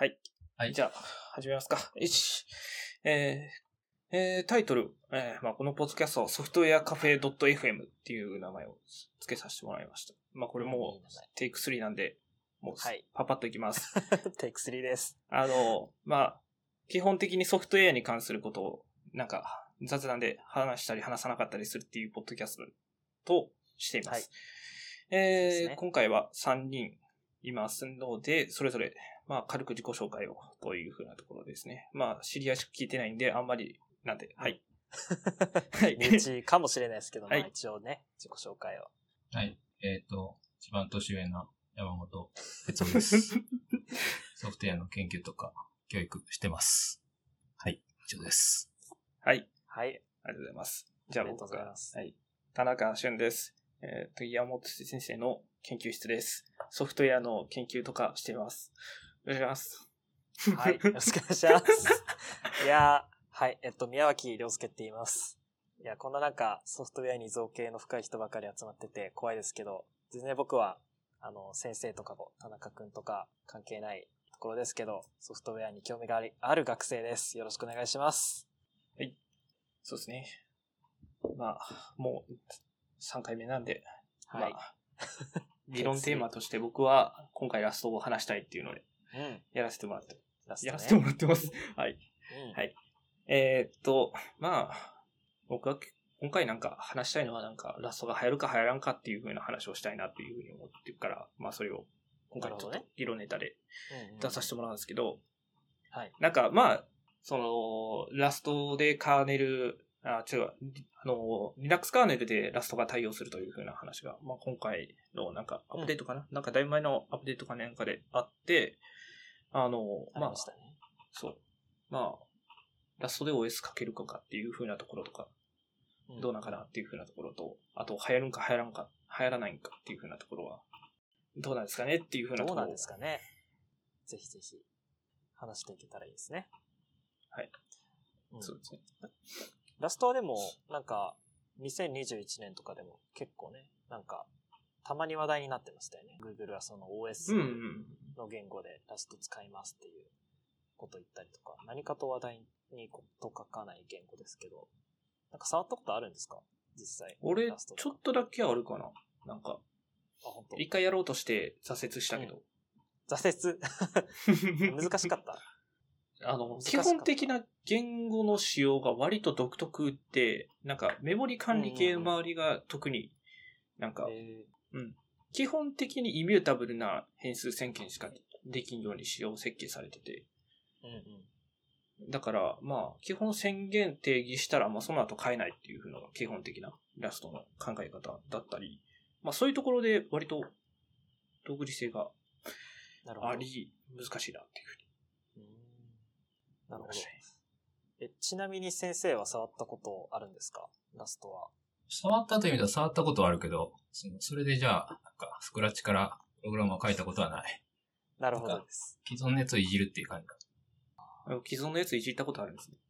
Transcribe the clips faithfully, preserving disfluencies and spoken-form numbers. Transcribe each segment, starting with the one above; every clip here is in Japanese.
はい。 はい。 じゃあ、始めますか。いち、えーえー、タイトル、えーまあ、このポッドキャストはソフトウェアカフェ .fm っていう名前を付けさせてもらいました。まあ、これもうテイクスリーなんで、もう、はい、パパッといきます。 テイクスリーです。 あの、まあ、基本的にソフトウェアに関することを、なんか、雑談で話したり話さなかったりするっていうポッドキャストとしています。はい、えーね、今回はさんにんいますので、それぞれ、まあ、軽く自己紹介をというふうなところですね。まあ、知り合いしか聞いてないんで、あんまり、なんで、はい。 はい。身内かもしれないですけど、 はい、 まあ一応ね、自己紹介を。 はい。えっ、ー、と、一番年上の山本哲夫です。ソフトウェアの研究とか教育してます。はい。以上です。 はい。 はい。 ありがとうございます。じゃあ僕が、 ありがとうございます。 はい。田中俊です。えっ、ー、と、山本先生の研究室です。ソフトウェアの研究とかしています。お願いします。 はい。よろしくお願いします。いやー、はい。えっと、宮脇亮介って言います。いや、こんななんかソフトウェアに造形の深い人ばかり集まってて怖いですけど、全然僕は、あの、先生とかも田中くんとか関係ないところですけど、ソフトウェアに興味がある、ある学生です。よろしくお願いします。 はい。そうですね。まあ、もうさんかいめなんで、はい。まあ、理論テーマとして僕は今回ラストを話したいっていうので、やらせてもらって、うんね、やらせてもらってます。はい。うん、はい。えー、っと、まあ、僕は今回なんか話したいのはなんかラストが流行るか流行らんかっていう風な話をしたいなっていう風に思ってるから、まあそれを今回ちょっと理論ネタで出させてもらうんですけど、はい。なんかまあ、その、ラストでカーネル、あ、違う、あの、Linux カーネルでラストが対応するという風な話が、まあ今回のなんかアップデートかな、うん、なんかだいぶ前のアップデートかなんかであって、あの、まあ、あね、そう。まあ、ラストで オーエス かけるかかっていう風なところとか、どうなんかなっていう風なところと、あと流行るんか流行らんか、流行らないんかっていう風なところは、どうなんですかねっていう風なところ。 どうなんですかね。ぜひぜひ話していけたらいいですね。 はい。うん、そうですね。 ラストはでも、なんか、にせんにじゅういちねんとかでも結構ね、なんか、たまに話題になってましたよね。Google はその オーエス の言語でラスト使いますっていうこと言ったりとか、何かと話題にこと書かない言語ですけど、なんか触ったことあるんですか実際。 俺、ちょっとだけあるかななんか。あ、本当。一回やろうとして挫折したけど。うん、 挫折難しかったあの、基本的な言語の仕様が割と独特で、なんかメモリ管理系の周りが特になんか、うん。基本的にイミュータブルな変数宣言しかできんように仕様設計されてて。うんうん、だから、まあ、基本宣言定義したら、まあその後変えないっていう風なのが基本的なラストの考え方だったり、まあそういうところで割と独自性があり、難しいなっていうふうに。 なるほど。え、ちなみに先生は触ったことあるんですかラストは。 触ったという意味では触ったことはあるけど、それでじゃあ、なんか、スクラッチからプログラムを書いたことはない。 なるほどです。 既存のやつをいじるっていう感じか。 既存のやついじったことあるんですね。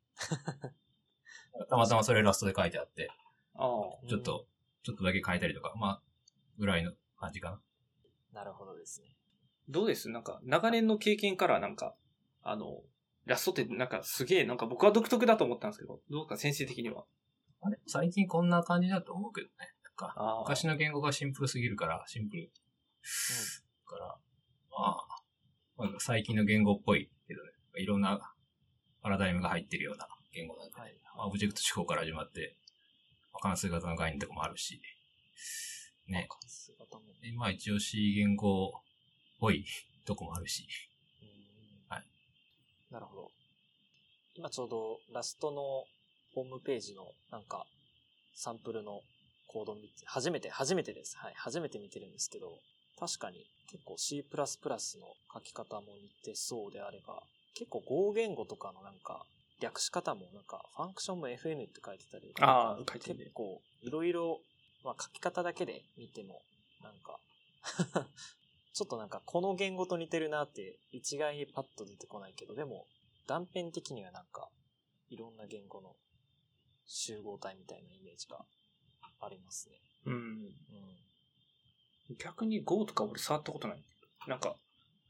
たまたまそれラストで書いてあって、 ああ、 ちょっと、ちょっとだけ変えたりとか、まあ、ぐらいの感じかな。なるほどですね。 どうですなんか、長年の経験からなんか、あの、ラストってなんかすげえ、なんか僕は独特だと思ったんですけど、どうか先生的には。 あれ最近こんな感じだと思うけどね。なんか昔の言語がシンプルすぎるから、シンプル。うん。から、まあ、まあ、最近の言語っぽいけどね。いろんなパラダイムが入ってるような言語なんで、ね。はい。まあ、オブジェクト思考から始まって、関数型の概念とかもあるし。ね。 関数型も。 で、まあ一応 C 言語っぽいとこもあるし。 はい。なるほど。今ちょうどラストのホームページのなんかサンプルのコードを見て、初めて、初めてです。はい。初めて見てるんですけど、確かに結構 C++ の書き方も似てそうであれば、結構 Go 言語とかのなんか略し方もなんかファンクションも エフエヌ って書いてたり、 ああ、書いてるね。 結構いろいろ、まあ書き方だけで見てもなんかちょっとなんかこの言語と似てるなって一概にパッと出てこないけど、でも断片的にはなんかいろんな言語の集合体みたいなイメージがありますね。 うん。うん、逆に Go とか俺触ったことない。なんか、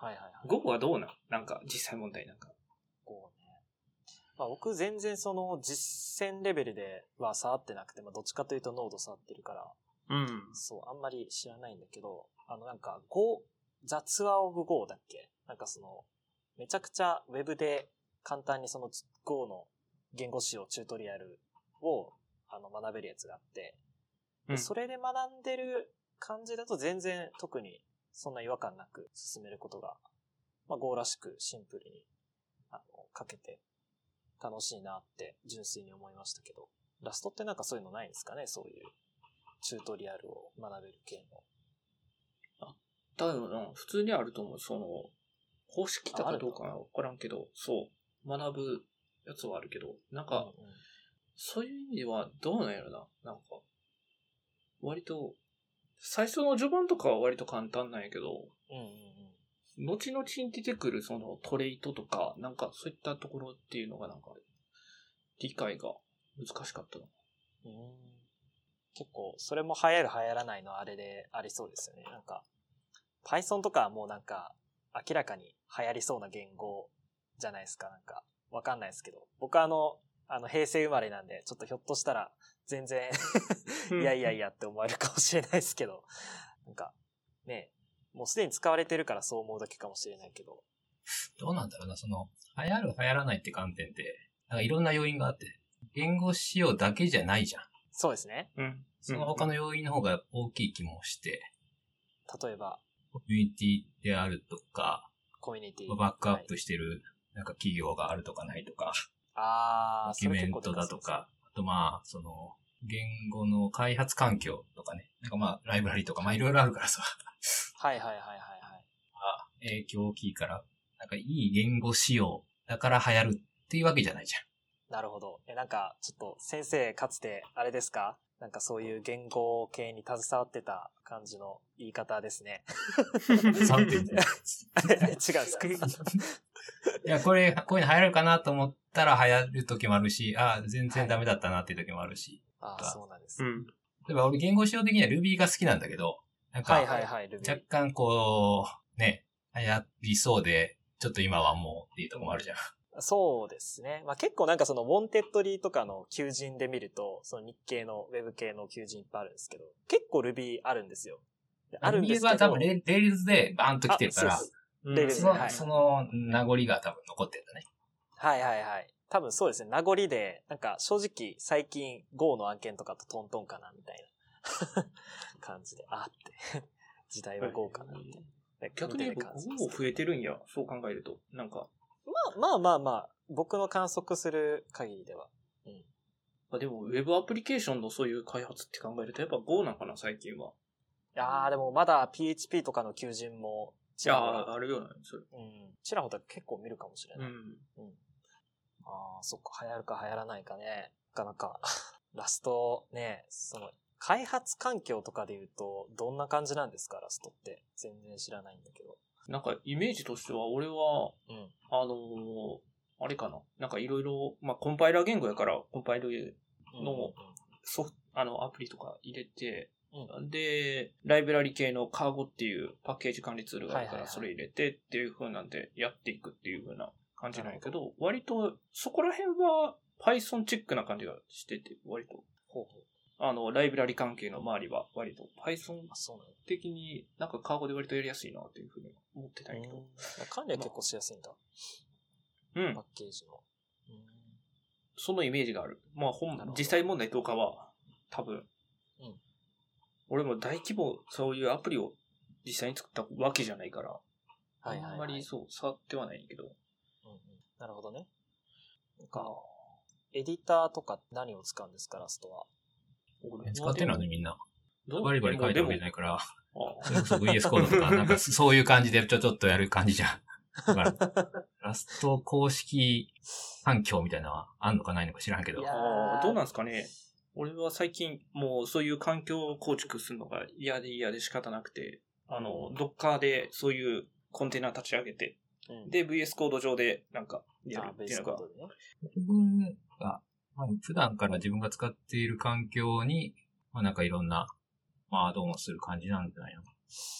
はいはいはい。 ゴーはどうなんなんか実際問題なんか。 ゴーね。まあ僕全然その実践レベルでは触ってなくて、まあどっちかというとノード触ってるから、 うん。 そう、あんまり知らないんだけど、あのなんか Go、The Tour of Go だっけ？なんかその、めちゃくちゃウェブで簡単にその Go の言語仕様チュートリアルをあの学べるやつがあって、でそれで学んでる感じだと全然特にそんな違和感なく進めることが、まあ Go らしくシンプルにあの書けて楽しいなって純粋に思いましたけど、ラストってなんかそういうのないんですかね、そういうチュートリアルを学べる系の。 あ、だよな、普通にあると思う。その、公式だかどうかわからんけど、そう、学ぶやつはあるけど、なんか、うんうん、そういう意味ではどうなんやろな、なんか、割と、最初の序盤とかは割と簡単なんやけど、うんうんうん、後々に出てくるそのトレイトとか、なんかそういったところっていうのがなんか、理解が難しかったな。 うん、結構、それも流行る流行らないのあれでありそうですよね。なんか、Python とかはもうなんか、明らかに流行りそうな言語じゃないですか。なんか、わかんないですけど。僕はあの、あの、平成生まれなんで、ちょっとひょっとしたら、全然、いやいやいやって思われるかもしれないですけど、なんか、ね、もうすでに使われてるからそう思うだけかもしれないけど。 どうなんだろうな、その、流行る流行らないって観点で、なんかいろんな要因があって、言語仕様だけじゃないじゃん。 そうですね。 うん。その他の要因の方が大きい気もして。 例えば、 コミュニティであるとか、 コミュニティ。 バックアップしてる、なんか企業があるとかないとか、 あドキュメントだとか、あとまあ、その、言語の開発環境とかね、なんかまあ、ライブラリとか、まあいろいろあるからさ。 はいはいはいはいはい。 あ、影響大きいから、なんかいい言語仕様だから流行るっていうわけじゃないじゃん。 なるほど。え、なんか、ちょっと先生かつて、あれですか？なんかそういう言語系に携わってた感じの言い方ですね。 さんてん違うんですか？いや、これ、こういうの流行るかなと思ったら流行る時もあるし、ああ、全然ダメだったなっていう時もあるし。 はい、ああ、そうなんです。 うん。例えば俺言語仕様的には Ruby が好きなんだけど、なんか、はいはいはい、若干こう、ね、流行りそうで、ちょっと今はもうっていうところもあるじゃん。 そうですね。まあ結構なんかその、ウォンテッドリーとかの求人で見ると、その日系のウェブ系の求人いっぱいあるんですけど、結構 Ruby あるんですよ。あるんですけど。Ruby は多分レールズでバーンと来てるから、 レールズで、はい、その名残が多分残ってるんだね。 はいはいはい。多分そうですね。名残で、なんか正直最近 Go の案件とかとトントンかなみたいな感じで、あって、時代は Go かなみたいな。 逆に Go 増えてるんや、そう考えると。なんか。 まあまあまあまあ、僕の観測する限りでは。うん。 あでも、ウェブアプリケーションのそういう開発って考えると、やっぱ Go なんかな、最近は。 いやー、でもまだ ピーエイチピー とかの求人も、 いやー、あるような、それ。 うん。ちらほら結構見るかもしれない。うん。うん。ああ、そっか、流行るか流行らないかね。なかなか、ラストね、その、開発環境とかで言うと、どんな感じなんですか、ラストって。全然知らないんだけど。 なんか、イメージとしては、俺は、うん、あのー、あれかな。なんかいろいろ、まあ、コンパイラー言語やから、コンパイルのソフト、あの、アプリとか入れて、うん、で、ライブラリ系のカーゴっていうパッケージ管理ツールがあるから、それ入れてっていう風なんでやっていくっていう風な感じなんやけど、割と、そこら辺は Python チックな感じがしてて、割と。ほうほう。あの、ライブラリ関係の周りは割と Python 的になんかカーゴで割とやりやすいなっていう風に思ってたんやけど。 管理は結構しやすいんだ。 うん。 パッケージの。 うん、そのイメージがある。まあ本、実際問題とかは多分、うん、俺も大規模そういうアプリを実際に作ったわけじゃないから、はいはいはい、あんまりそう触ってはないけど。 うんうん、なるほどね。なんか、エディターとか何を使うんですか、ラストは。 使ってるのね、みんな。バリバリ書いてるわけじゃないから、それこそ ブイエス コードとか、なんかそういう感じでちょちょっとやる感じじゃん。ラスト公式環境みたいなのはあんのかないのか知らんけど。 ああ、どうなんすかね。俺は最近もうそういう環境構築するのが嫌で嫌で仕方なくて、あの、ドッカーでそういうコンテナ立ち上げて、うん、で、ブイエス コード上でなんかやるっていうのが。 自分が、まあ、普段から自分が使っている環境に、まあなんかいろんな、まあどうもする感じなんじゃないの。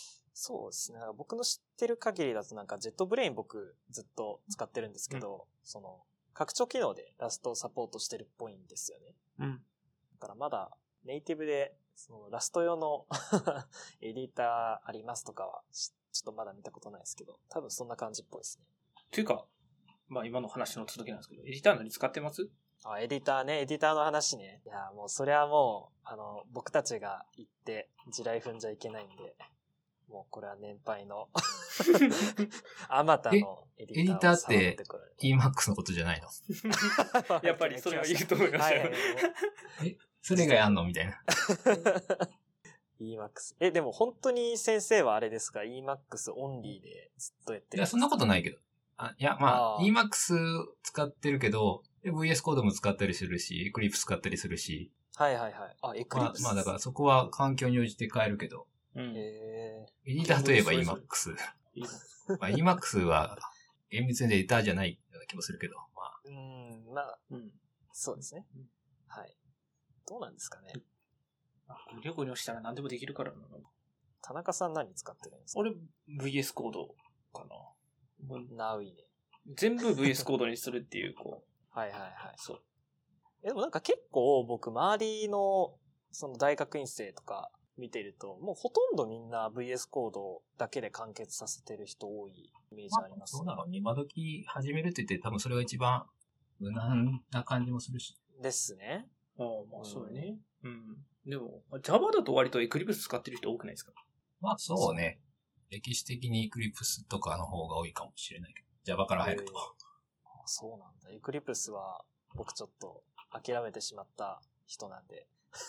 そうですね。僕の知ってる限りだとなんかジェットブレイン僕ずっと使ってるんですけど、うん、その拡張機能でラストをサポートしてるっぽいんですよね。 うん。 だからまだネイティブでそのラスト用のエディターありますとかはちょっとまだ見たことないですけど、多分そんな感じっぽいですね。 というか、まあ今の話の続きなんですけど、エディター何使ってます？ あ、エディターね、エディターの話ね。いや、もうそれはもう、あの、僕たちが言って地雷踏んじゃいけないんで、もうこれは年配のあまたのエディターって イーマックス のことじゃないの？ やっぱりそれは言うと思いましたよ。 え、それがやんのみたいな。 イーマックス。え、でも本当に先生はあれですか？ イーマックス オンリーでずっとやってる？ いや、そんなことないけど。あいや、まあ、イーマックス 使ってるけど、ブイエス コードも使ったりするし、Eclipse 使ったりするし。 はいはいはい。あ、Eclipse。 まあ、まあだからそこは環境に応じて変えるけど。 うん。エディターといえば イーマックス。まあ、イーマックス は厳密にエディターじゃないような気もするけど。まあ。 うん、まあ、うん。そうですね。うん、はい。どうなんですかね。 リョコに押したら何でもできるからな。 田中さん何使ってるんですか？ 俺 ブイエス コードかな。 ナウイね。 全部 ブイエス コードにするっていう、こう。はいはいはい。 そう。 え、でもなんか結構僕周りのその大学院生とか見てると、もうほとんどみんな ブイエス コードだけで完結させてる人多いイメージあります、ね。 まあ、そうだろうね。今時始めるって言って多分それが一番無難な感じもするし。 ですね。 ああ、まあそうね。うん。でも、Java だと割と Eclipse 使ってる人多くないですか？ まあそうね。歴史的に Eclipse とかの方が多いかもしれないけど。Java から入ると。 あ、そうなんだ。Eclipse は僕ちょっと諦めてしまった人なんで。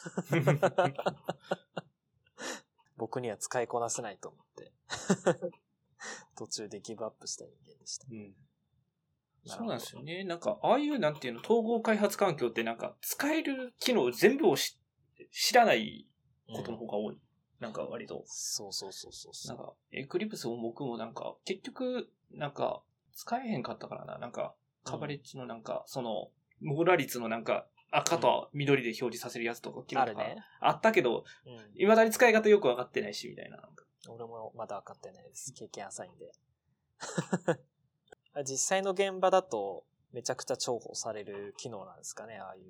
僕には使いこなせないと思って途中でギブアップした人間でした。うん。 そうなんですよね。なんか、ああいうなんていうの、統合開発環境ってなんか、使える機能全部をし知らないことの方が多い。うん、なんか割と。 そうそうそうそうそう。 なんか、Eclipse も僕もなんか、結局、なんか、使えへんかったからな。なんか、カバレッジのなんか、うん、その、網羅率のなんか、赤と緑で表示させるやつとか、 機能とかあったけど、うん、未だに使い方よくわかってないし、みたいな。なんか俺もまだわかってないです。経験浅いんで。実際の現場だと、めちゃくちゃ重宝される機能なんですかね、ああいう。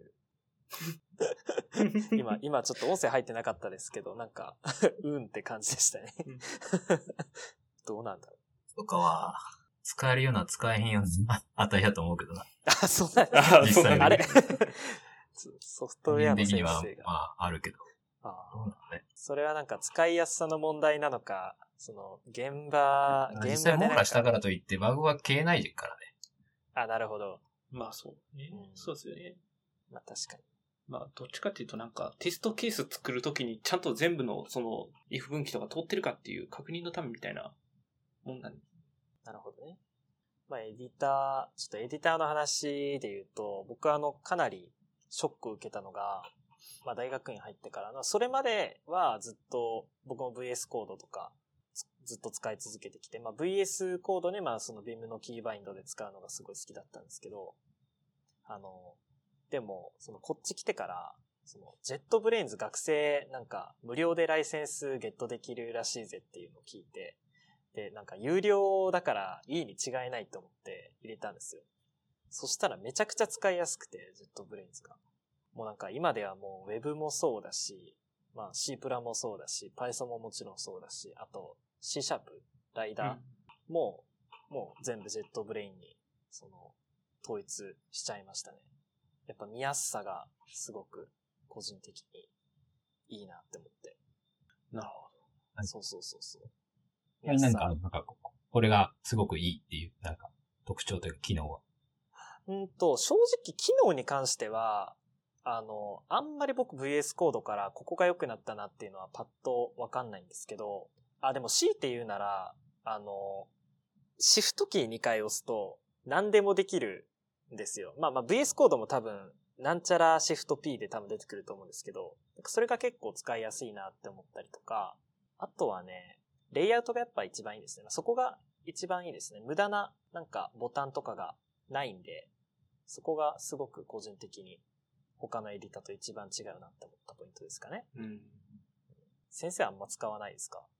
今、今ちょっと音声入ってなかったですけど、なんか、うんって感じでしたね。どうなんだろう。 とかは、使えるような使えへんような値だと思うけどな。 あ、そうなんだ。 実際に。 あれソフトウェアの先生が。 的には、まあ、あるけど。 ああ、ね、それはなんか使いやすさの問題なのか、その、現場、現場で実際網羅したからといってバグは消えないからね。 あ、なるほど。 まあそうね、うん。そうですよね。 まあ確かに。 まあどっちかっていうとなんかテストケース作るときにちゃんと全部のその if 分岐とか通ってるかっていう確認のためみたいなもんなんで。 なるほどね。まあエディター、ちょっとエディターの話で言うと、僕はあのかなりショックを受けたのが、まあ大学院入ってからの、それまではずっと僕も ブイエス コードとかずっと使い続けてきて、まあ ブイエス コードね、まあその ビーム のキーバインドで使うのがすごい好きだったんですけど、あの、でも、そのこっち来てから、そのジェットブレインズ学生なんか無料でライセンスゲットできるらしいぜっていうのを聞いて、で、なんか有料だからいいに違いないと思って入れたんですよ。そしたらめちゃくちゃ使いやすくて、ジェットブレインズが。もうなんか今ではもう Web もそうだし、まあ C プラもそうだし、Python ももちろんそうだし、あと C シャープ、ライダーも、うん、もう全部ジェットブレインに、その、統一しちゃいましたね。やっぱ見やすさがすごく個人的にいいなって思って。 なるほど。そうそうそうそう。 何か、なんか、これがすごくいいっていう、なんか、特徴というか機能は。 うんと、正直機能に関しては、あの、あんまり僕 ブイエス コードからここが良くなったなっていうのはパッとわかんないんですけど、あ、でも C って言うなら、あの、シフトキーにかい押すと何でもできるんですよ。まあまあ ブイエス コードも多分、なんちゃらシフト P で多分出てくると思うんですけど、それが結構使いやすいなって思ったりとか、あとはね、レイアウトがやっぱ一番いいですね。そこが一番いいですね。無駄ななんかボタンとかがないんで、そこがすごく個人的に他のエディターと一番違うなって思ったポイントですかね。うん。先生はあんま使わないですか？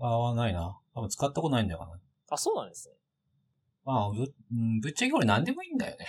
ああ、ないな。多分使ったことないんだよな。 あ、そうなんですね。 まあ、ぶ、ぶっちゃけ俺何でもいいんだよね。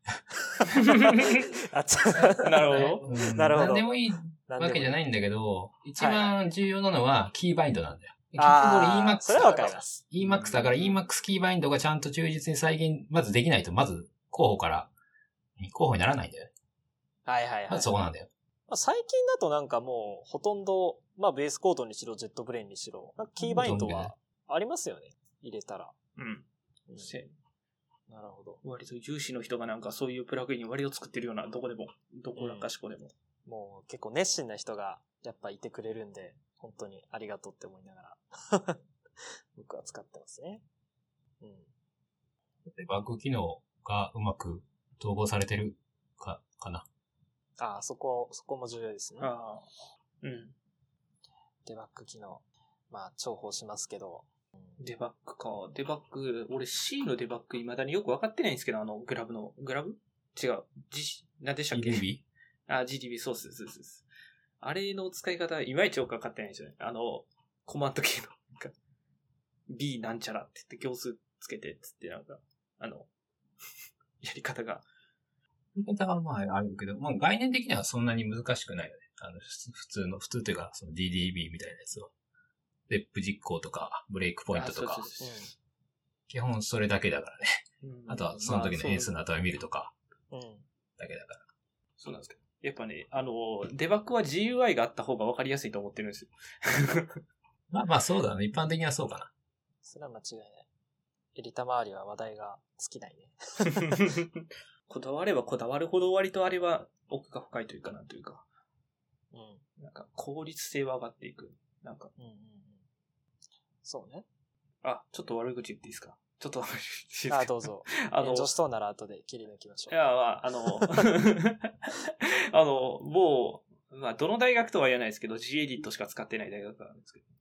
あちなるほど。 うん、 なるほど。 何でもいいわけじゃないんだけど、一番重要なのはキーバインドなんだよ。結局俺 Emacs それはわかります。 Emacs だから Emacs キーバインドがちゃんと忠実に再現、まずできないと、まず候補から、候補にならないんだよね。 はいはいはい。 まずそこなんだよ。 まあ、最近だとなんかもう、ほとんど、まあベースコードにしろ、ジェットブレインにしろ、なんかキーバインドはありますよね。入れたら。 うん。 うん、なるほど。 割と有志の人がなんかそういうプラグイン割を作ってるような、どこでも、どこらかしこでも、 うん。もう結構熱心な人がやっぱいてくれるんで、本当にありがとうって思いながら、僕は使ってますね。うん。 デバッグ機能がうまく統合されてるか、かな。 ああ、そこ、そこも重要ですね。 ああ。うん。 デバッグ機能。まあ、重宝しますけど。 デバッグか。デバッグ、俺 C のデバッグ未だによくわかってないんですけど、あの、グラブの、グラブ違う。G、何でしたっけ？ ジーディービー？ あ、ジーディービー、そうです、そうです。あれの使い方、いまいちよくわかってないんですよね。あの、コマンド系の、なんか、B なんちゃらって言って行数つけて、つってなんか、あの、やり方が。 やり方はまああるけど、まあ概念的にはそんなに難しくないよね。あの、普通の、普通というか、その ディーディービー みたいなやつは。レップ実行とか、ブレイクポイントとか。そうそうそう、基本それだけだからね。うん、あとはその時の変数の値を見るとか。うん。だけだから。 そうなんですけど。やっぱね、あの、デバッグは ジーユーアイ があった方がわかりやすいと思ってるんですよ。 まあまあそうだね。一般的にはそうかな。 それは間違いない。エディタ周りは話題が尽きないね。 こだわればこだわるほど割とあれは奥が深いというかなんというか。うん。なんか効率性は上がっていく。なんか。うんうんうん。 そうね。 あ、ちょっと悪口言っていいですか？ちょっと悪口言っていいですか？ あ、どうぞ。あの、女子そうなら後で切り抜きましょう。 いや、まあ、あの、あの、もう、まあ、どの大学とは言えないですけど、G エディットしか使ってない大学なんですけど。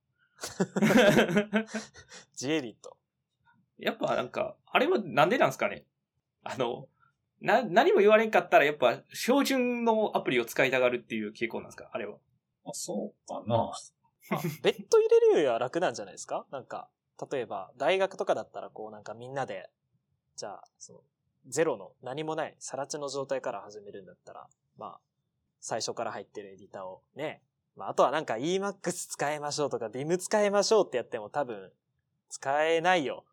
G エディット。 やっぱなんか、あれはなんでなんですかね？あの、な、何も言われんかったらやっぱ標準のアプリを使いたがるっていう傾向なんですか？あれは。 あ、そうかな。 別途入れるよりは楽なんじゃないですか？なんか、例えば、大学とかだったらこうなんかみんなで、じゃあ、その、ゼロの何もない、さら地の状態から始めるんだったら、まあ、最初から入ってるエディターをね、まあ、あとはなんか Emacs 使いましょうとか Vim 使いましょうってやっても多分、使えないよ。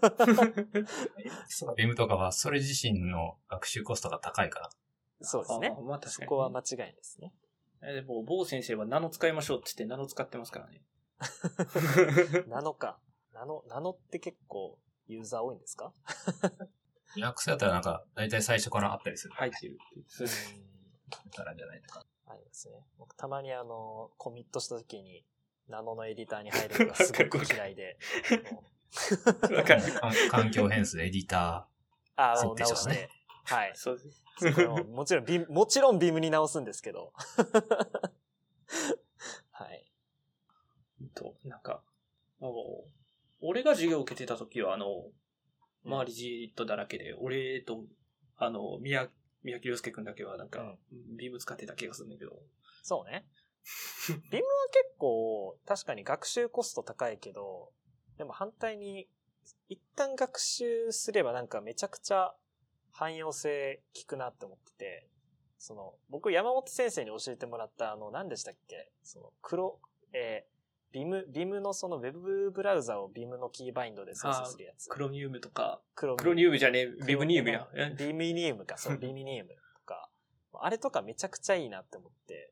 そう、Vim とかはそれ自身の学習コストが高いから。 そうですね。まあ、そこは間違いですね。 でも、某先生はナノ使いましょうって言ってナノ使ってますからね。 ナノか。ナノ、ナノって結構ユーザー多いんですか？ Emacs だったらなんか、だいたい最初からあったりする。 入ってるっていう。そうたらじゃないとか。 ありますね。僕たまにあの、コミットした時に、ナノのエディターに入るのがすごく嫌いで。 環境変数、エディター。 ああ、直して。はい。 そうです。 もちろんビ、もちろんビームに直すんですけど。はい。 と、なんか、俺が授業を受けてた時は、あの、周りじーっとだらけで、うん、俺と、あの、宮、宮城亮介くんだけはなんか、うん、ビーム使ってた気がするんだけど。 そうね。ビームは結構、確かに学習コスト高いけど、でも反対に、一旦学習すればなんかめちゃくちゃ汎用性効くなって思ってて、その、僕山本先生に教えてもらったあの、何でしたっけ？その、黒、えー、ビーム、ビームのそのウェブブラウザをビームのキーバインドで操作するやつ。 クロニウムとか。 クロニウムじゃねえ、ビムニウムや。 ビムニウムか、そう、ビムニウムとか。あれとかめちゃくちゃいいなって思って。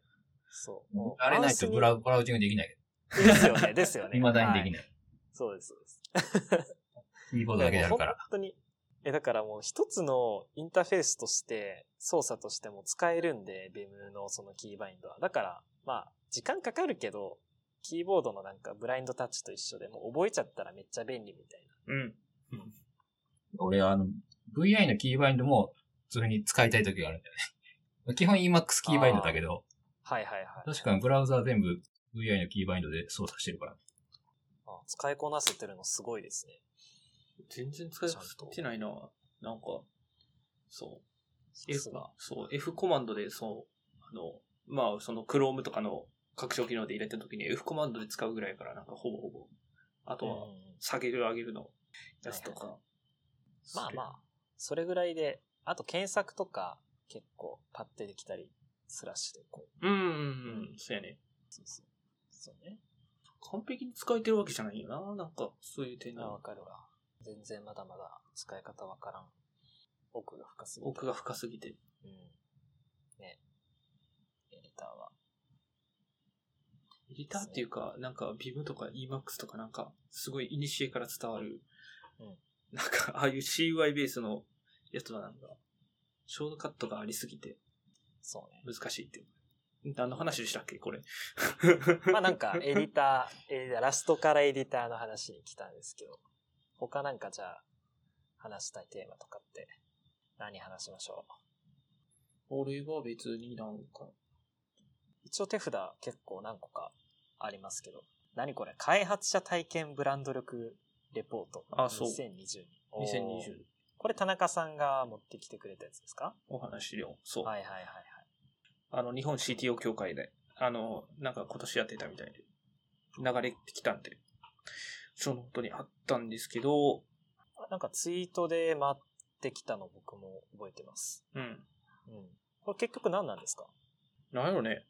そう。 あれないとブラウ、ブラウジングできないけど。ですよね、ですよね。 未だにできない。はい、 そうです、そうです。 キーボードだけでやるから。 本当に。え、だからもう一つのインターフェースとして操作としても使えるんで、ビームのそのキーバインドは。だから、まあ、時間かかるけど、キーボードのなんかブラインドタッチと一緒でもう覚えちゃったらめっちゃ便利みたいな。うん。 うん、俺はあの、ブイアイ のキーバインドも普通に使いたい時があるんだよね。基本 Emacs キーバインドだけど。 はいはいはい。 確かにブラウザー全部 ブイアイ のキーバインドで操作してるから。 あ、使いこなせてるのすごいですね。 全然使ってないな。なんか、そう。F が、そう、F コマンドで、そう、あの、まあ、その Chrome とかの拡張機能で入れたときに F コマンドで使うぐらいから、なんかほぼほぼあとは下げる上げるのやつとか。はいはい、 まあまあ、それぐらいで、あと検索とか結構パッてできたり、スラッシュでこう。うんうんうん。そうやね。 そうそう。そうね。 完璧に使えてるわけじゃないよな。なんか、そういう点で。 あ、わかるわ。全然まだまだ使い方わからん。奥が深すぎて。 奥が深すぎて。 うん。ね。エディターは。 エディターっていうか、なんか ビーム とか イーマックス とかなんか、すごい古から伝わる。うん。なんか、ああいう シーユーアイ ベースのやつはなんか、ショートカットがありすぎて。 そうね。 難しいっていう。何の話でしたっけこれ。 まあなんか、エディター、エディター、ラストからエディターの話に来たんですけど、他なんかじゃあ、話したいテーマとかって、何話しましょう。 俺は別になんか。 一応手札結構何個かありますけど、何これ開発者体験ブランド力レポート。 あ、そう。 にせんにじゅうに。 にせんにじゅう。 これ田中さんが持ってきてくれたやつですか？ お話料。そう。 はいはいはいはい。 あの、日本 シーティーオー 協会で、あの、なんか今年やってたみたいで、流れてきたんで、そのことにあったんですけど、 なんかツイートで回ってきたの僕も覚えてます。 うん。うん。 これ結局何なんですか？ なんやろね。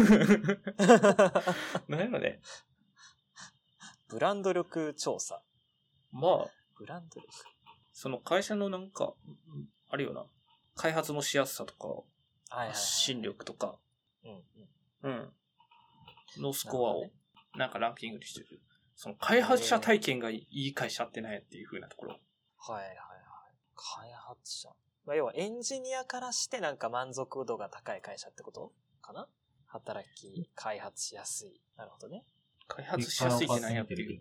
なんやろね。 ブランド力調査。 まあ、 ブランド力。 その会社のなんか、あるよな。開発のしやすさとか、 はいはいはい、 発信力とか、 うんうん、うん、のスコアをなんかランキングにしてる。その開発者体験がいい会社ってないっていう風なところ。 はいはいはい。開発者。まあ、要はエンジニアからしてなんか満足度が高い会社ってことかな？働き、開発しやすい。なるほどね。 開発しやすいって何やってる？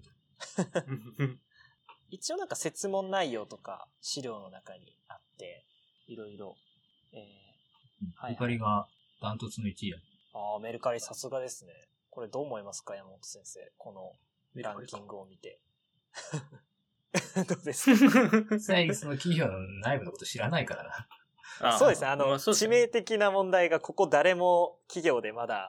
一応なんか設問内容とか資料の中にあって、いろいろ、えー、メルカリがダントツのいちいや。 ああ、メルカリさすがですね。これどう思いますか、山本先生。このランキングを見て。どうですか？ 実際にその企業の内部のこと知らないからな。あそうですね。あの、まあ、致命的な問題が、ここ誰も企業でまだ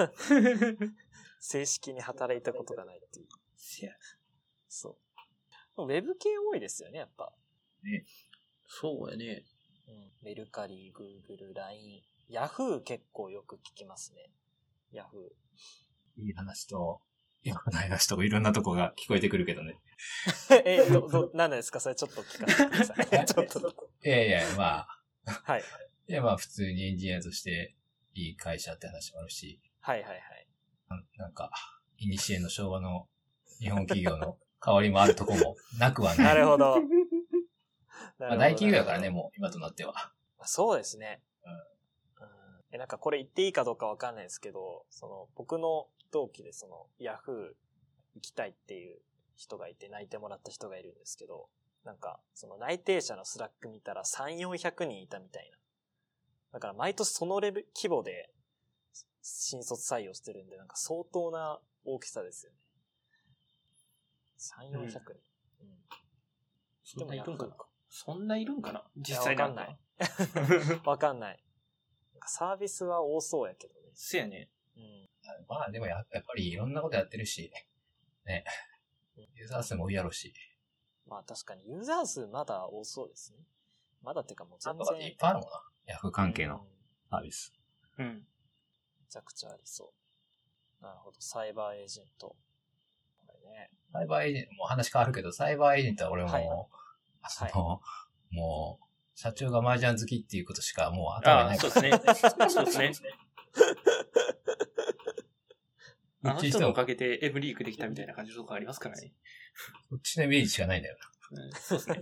正式に働いたことがないっていう。そう。ウェブ系多いですよね、やっぱ。 ね。そうやね。 うん。メルカリ、グーグル、ライン、ヤフー結構よく聞きますね。ヤフー。いい話と、よくない話とかいろんなとこが聞こえてくるけどね。 え、ど、ど、何ですかそれちょっと聞かせてください。ちょっと。 いやいや、まあ。 はい。 いや、まあ普通にエンジニアとしていい会社って話もあるし。 はいはいはい。 な, なんか、イニシエの昭和の日本企業の代わりもあるとこもなくはない。 なるほど。 まあ、大企業だからね、もう今となっては。 そうですね。 うん。うん、 え、なんかこれ言っていいかどうかわかんないですけど、その、僕の同期でその、ヤフー行きたいっていう人がいて内定もらった人がいるんですけど、なんか、その内定者のスラック見たらさんびゃく、よんひゃくにんいたみたいな。だから毎年そのレベル、規模で新卒採用してるんで、なんか相当な大きさですよね。さんびゃく、よんひゃくにん。うん。うん、 そんないるんかなそんないるんかな実際なんか。わかんない。わかんない。サービスは多そうやけどね。 そうやね。 うん。まあでも や, やっぱりいろんなことやってるし、ね。ユーザー数も多いやろし。 まあ確かにユーザー数まだ多そうですね。まだってかもう全然。 いっぱいあるもんな。ヤフー関係のサービス。 うん。めちゃくちゃありそう。なるほど。サイバーエージェント。これね。 サイバーエージェント、もう話変わるけど、サイバーエージェントは俺も、はい、あの、はい、もう、社長が麻雀好きっていうことしかもう頭にないから。 そうですね。そうですね。あの人のおかげでエブリークできたみたいな感じのとこありますからね。 こっちのイメージしかないんだよな。うん、そうですね。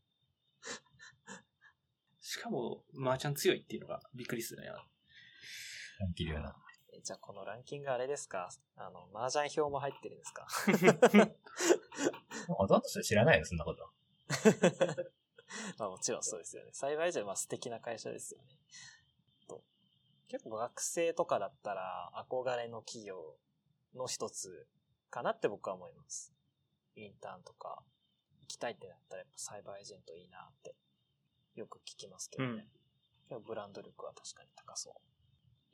しかも、麻雀強いっていうのがびっくりするね。 ランキングよな。 じゃあこのランキングあれですか？あの、麻雀表も入ってるんですか？ ほとんど知らないよ、そんなこと。 まあもちろんそうですよね。幸いじゃまあ素敵な会社ですよね。と結構学生とかだったら憧れの企業の一つかなって僕は思います。インターンとか行きたいってなったらやっぱサイバーエージェントいいなってよく聞きますけどね。うん、ブランド力は確かに高そう。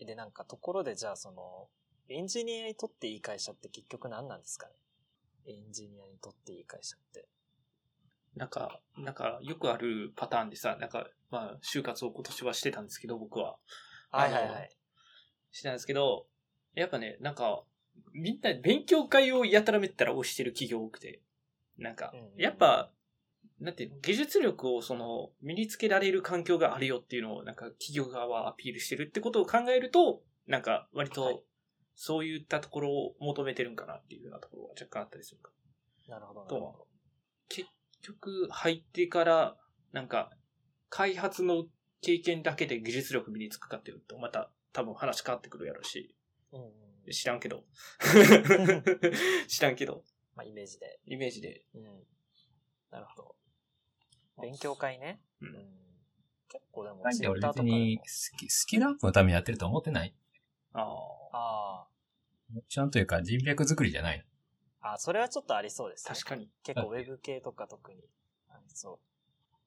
で、なんかところでじゃあそのエンジニアにとっていい会社って結局何なんですかね？ エンジニアにとっていい会社って。 なんか、なんか、よくあるパターンでさ、なんか、まあ、就活を今年はしてたんですけど、僕は。 はいはいはい。 してたんですけど、やっぱね、なんか、みんな勉強会をやたらめったら推してる企業多くて、なんか、やっぱ、なんていうの、技術力をその、身につけられる環境があるよっていうのを、なんか企業側はアピールしてるってことを考えると、なんか、割と、そういったところを求めてるんかなっていうようなところが若干あったりするか。 なるほど、なるほど。 結局、入ってから、なんか、開発の経験だけで技術力身につくかっていうと、また多分話変わってくるやろうし、うんうん、知らんけど。知らんけど。 まあ、イメージで。 イメージで。 うん。なるほど。勉強会ね。 うん。 うん、結構でも、 ツイッターとかでも。別にスキ、スキルアップのためにやってると思ってない。 ああ。 ああ。 ちゃんというか人脈作りじゃないの。 あ、それはちょっとありそうですね。 確かに。 結構ウェブ系とか特にありそう。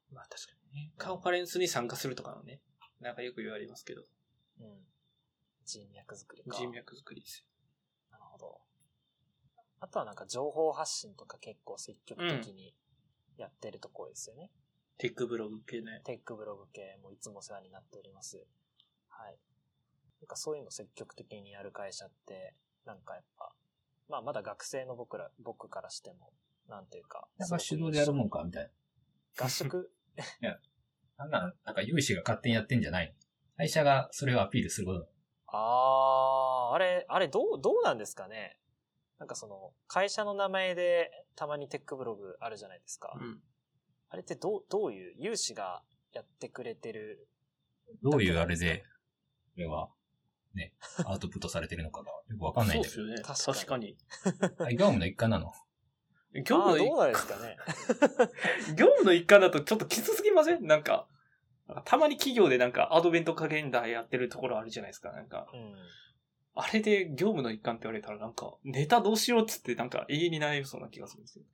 まあ確かにね。カンファレンスに参加するとかのね。なんかよく言われますけど。 うん。人脈作りか。 人脈作りですよ。 なるほど。あとはなんか情報発信とか結構積極的にやってるところですよね。 うん、テックブログ系ね。 テックブログ系もいつもお世話になっております。はい。なんかそういうの積極的にやる会社って、なんかやっぱ、まあまだ学生の僕ら、僕からしても、なんていうか。 なんか手動でやるもんかみたいな。合宿いや、なんなのなんか有志が勝手にやってんじゃないの？会社がそれをアピールすることだ。 あー、あれ、あれどう、どうなんですかね？なんかその、会社の名前でたまにテックブログあるじゃないですか。うん、あれってどう、どういう、有志がやってくれてる。 どういうあれで、これは、ね、アウトプットされてるのかがよくわかんないんだけど。 そうですよね。確かに。 確かに。業務の一環なの？ 業務の一環どうなんですかね。 業務の一環だとちょっときつすぎません？なんか、たまに企業でなんかアドベントカレンダーやってるところあるじゃないですか。なんか、うん、あれで業務の一環って言われたらなんか、ネタどうしようっつってなんか永遠に悩みそうな気がするんですよ。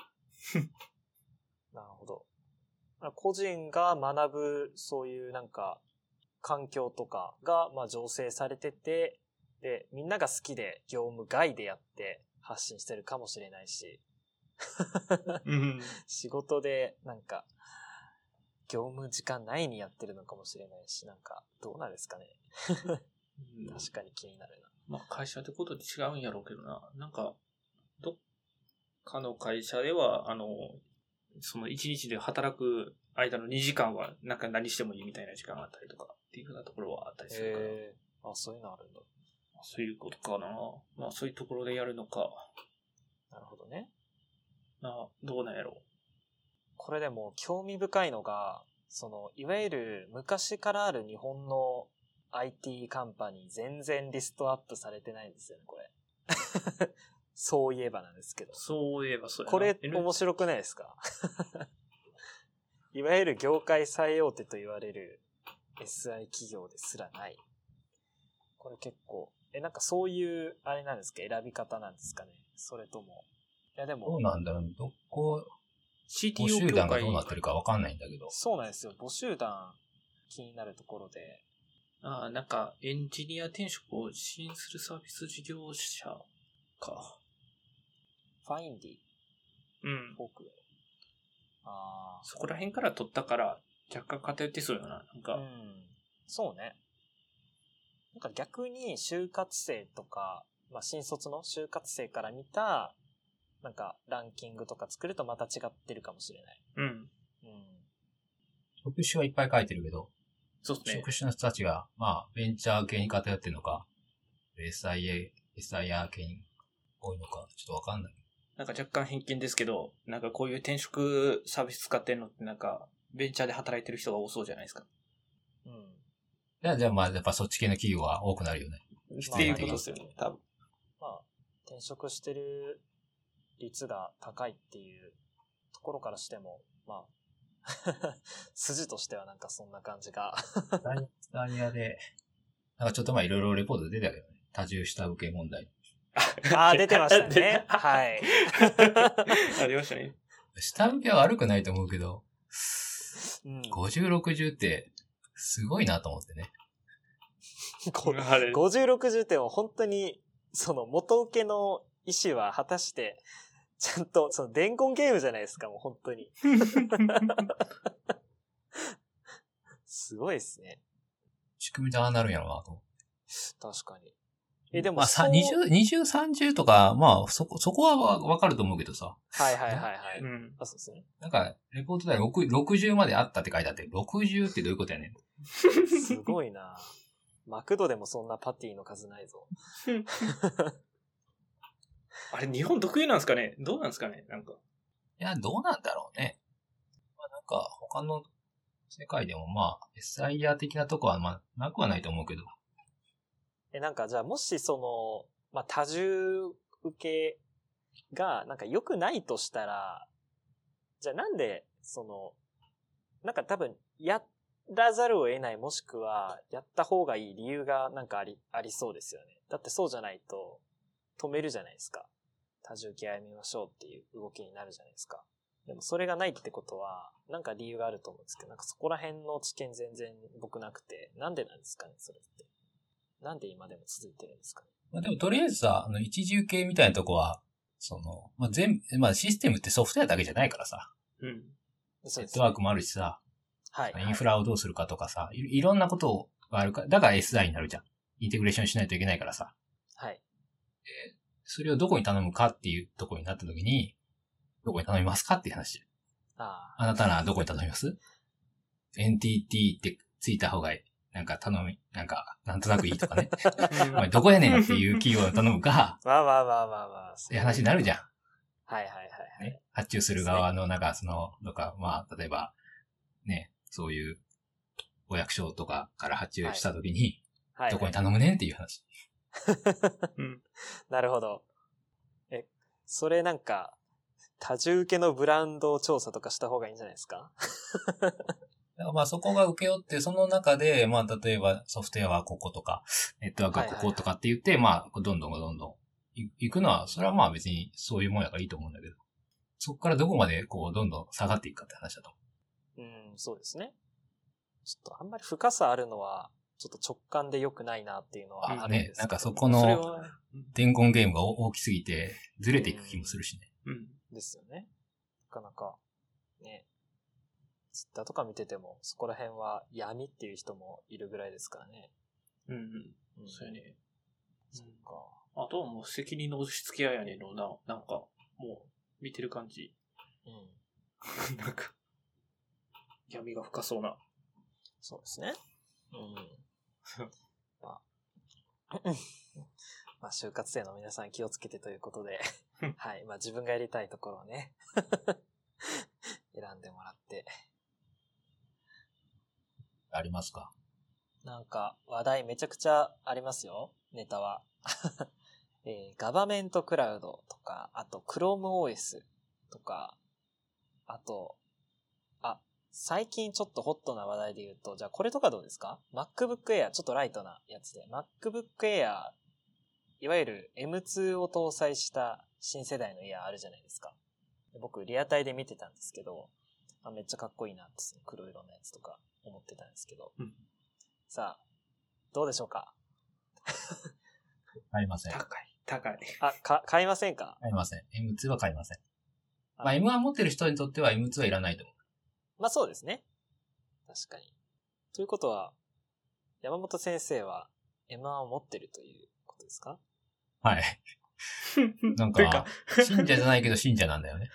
なるほど。個人が学ぶそういうなんか、環境とかが、まあ、醸成されてて、で、みんなが好きで業務外でやって発信してるかもしれないし、うん、仕事でなんか、業務時間内にやってるのかもしれないし、なんか、どうなんですかね。確かに気になるな。まあ、会社ってことで違うんやろうけどな。なんか、どっかの会社では、あの、その一日で働く間のにじかんは、なんか何してもいいみたいな時間があったりとか。っていうふうなところはあったりするから。 へー。あ、そういうのあるんだ。 そういうことかな。まあそういうところでやるのか。 なるほどね。 あ、どうなんやろう。 これでも興味深いのが、その、いわゆる昔からある日本の アイティー カンパニー全然リストアップされてないんですよね、これ。そういえばなんですけど。 そういえばそうやな。 これ面白くないですか？いわゆる業界最大手と言われるエスアイ 企業ですらない。これ結構、え、なんかそういう、あれなんですか、選び方なんですかね。それとも。いやでも。 どうなんだろう、どこ、 シーティーオー募集団がどうなってるかわかんないんだけど。 そうなんですよ。募集団、気になるところで。 ああ、なんか、エンジニア転職を支援するサービス事業者か。 ファインディ。 うん。 僕。ああ。 そこら辺から取ったから、若干偏ってそうよな、なんか。 うん。そうね。なんか逆に就活生とか、まあ新卒の就活生から見た、なんかランキングとか作るとまた違ってるかもしれない。 うん。うん。 職種はいっぱい書いてるけど、 そうですね。 職種の人たちが、まあ、ベンチャー系に偏ってるのか、エスアイエー、エスアイアール 系に多いのか、ちょっとわかんない。 なんか若干偏見ですけど、なんかこういう転職サービス使ってるのってなんか、ベンチャーで働いてる人が多そうじゃないですか。 うん。 じゃあ、じゃあまあ、やっぱそっち系の企業は多くなるよね。 っていうことですよね、多分。 まあ、転職してる率が高いっていうところからしても、まあ、筋としてはなんかそんな感じが。 イタリアで、なんかちょっとまあいろいろレポート出たけどね。多重下請け問題。 ああ、出てましたね。はい。 ありましたね。 下請けは悪くないと思うけど、 うん、 ごじゅう、ろくじゅうってすごいなと思ってね。 ごじゅう、ろくじゅうっても本当に、その元請けの意思は果たしてちゃんと、その伝言ゲームじゃないですか、もう本当に。すごいですね。 仕組みでああなるんやろうなと思って。 確かに。え、でもまあ、さ、にじゅう、にじゅう、さんじゅうとか、まあ、そこ、そこはわわかると思うけどさ。 はいはいはいはい。 うん。 あ、そうですね。 なんか、レポートではろくろくじゅうまであったって書いてあって、ろくじゅうってどういうことやねん。 すごいな。マクドでもそんなパティの数ないぞ。 あれ、日本特有なんですかね？どうなんですかね？なんか。 いや、どうなんだろうね。まあ、なんか、他の世界でもまあ、エスアイア的なとこはまあ、なくはないと思うけど。 え、なんかじゃあもしその、まあ、多重受けがなんか良くないとしたら、じゃあなんで、その、なんか多分、やらざるを得ないもしくは、やった方がいい理由がなんかあり、ありそうですよね。だってそうじゃないと、止めるじゃないですか。多重受けやめましょうっていう動きになるじゃないですか。でもそれがないってことは、なんか理由があると思うんですけど、なんかそこら辺の知見全然僕なくて、なんでなんですかね、それって。なんで今でも続いてるんですかね。 まあでもとりあえずさ、あの、一重系みたいなとこは、その、まあ全、まあシステムってソフトウェアだけじゃないからさ。 うん。 ネットワークもあるしさ。 はい。 インフラをどうするかとかさ、い, いろんなことがあるか、だから エスアイ になるじゃん。インテグレーションしないといけないからさ。 はい。 で、それをどこに頼むかっていうところになった時に、どこに頼みますかっていう話。ああ。あなたならどこに頼みます？ エヌティーティー ってついた方がいい。なんか頼み、なんか、なんとなくいいとかね。お前どこやねんっていう企業を頼むか。 まあまあまあまあまあ。 って話になるじゃん。 はいはいはい、はいね。発注する側の、なんか、その、とか、まあ、例えば、ね、そういう、お役所とかから発注したときに、はい、どこに頼むねんっていう話。 うん、なるほど。え、それなんか、多重受けのブランド調査とかした方がいいんじゃないですか？ まあそこが受け負って、その中で、まあ例えばソフトウェアはこことか、ネットワークはこことかって言って、はいはいはい、まあどんどんどんどん行くのは、それはまあ別にそういうもんやからいいと思うんだけど、そこからどこまでこうどんどん下がっていくかって話だと思う。うん、そうですね。ちょっとあんまり深さあるのは、ちょっと直感で良くないなっていうのはあるんですけど。ね、 なんかそこの伝言ゲームが大きすぎて、ずれていく気もするしね。 うん。うん、ですよね。なかなか、ね。ツイッターとか見てても、そこら辺は闇っていう人もいるぐらいですからね。 うんうん。うん、そうやね。 そっか。 あとはもう責任の押し付け合いやねんのな。なんか、もう、見てる感じ。うん。なんか、闇が深そうな。 そうですね。うん。まあ、まあ、就活生の皆さん気をつけてということで、はい。まあ自分がやりたいところをね、選んでもらって。 ありますか？ なんか話題めちゃくちゃありますよ、ネタは。えー、ガバメントクラウドとか、あと ChromeOS とか、あと、あ、最近ちょっとホットな話題で言うと、じゃあこれとかどうですか？ MacBook Air、ちょっとライトなやつで、MacBook Air、いわゆる エムツー を搭載した新世代のイヤーあるじゃないですか。僕、リアタイで見てたんですけど、あ、めっちゃかっこいいなって、黒色のやつとか思ってたんですけど。うん、さあ、どうでしょうか？ 買いません。 高い。高い。 あ、か、買いませんか？ 買いません。エムツー は買いません。まあ エムワン 持ってる人にとっては エムツー はいらないと思う。 まあそうですね。確かに。ということは、山本先生は エムワン を持ってるということですか？ はい。なんか、信者じゃないけど信者なんだよね。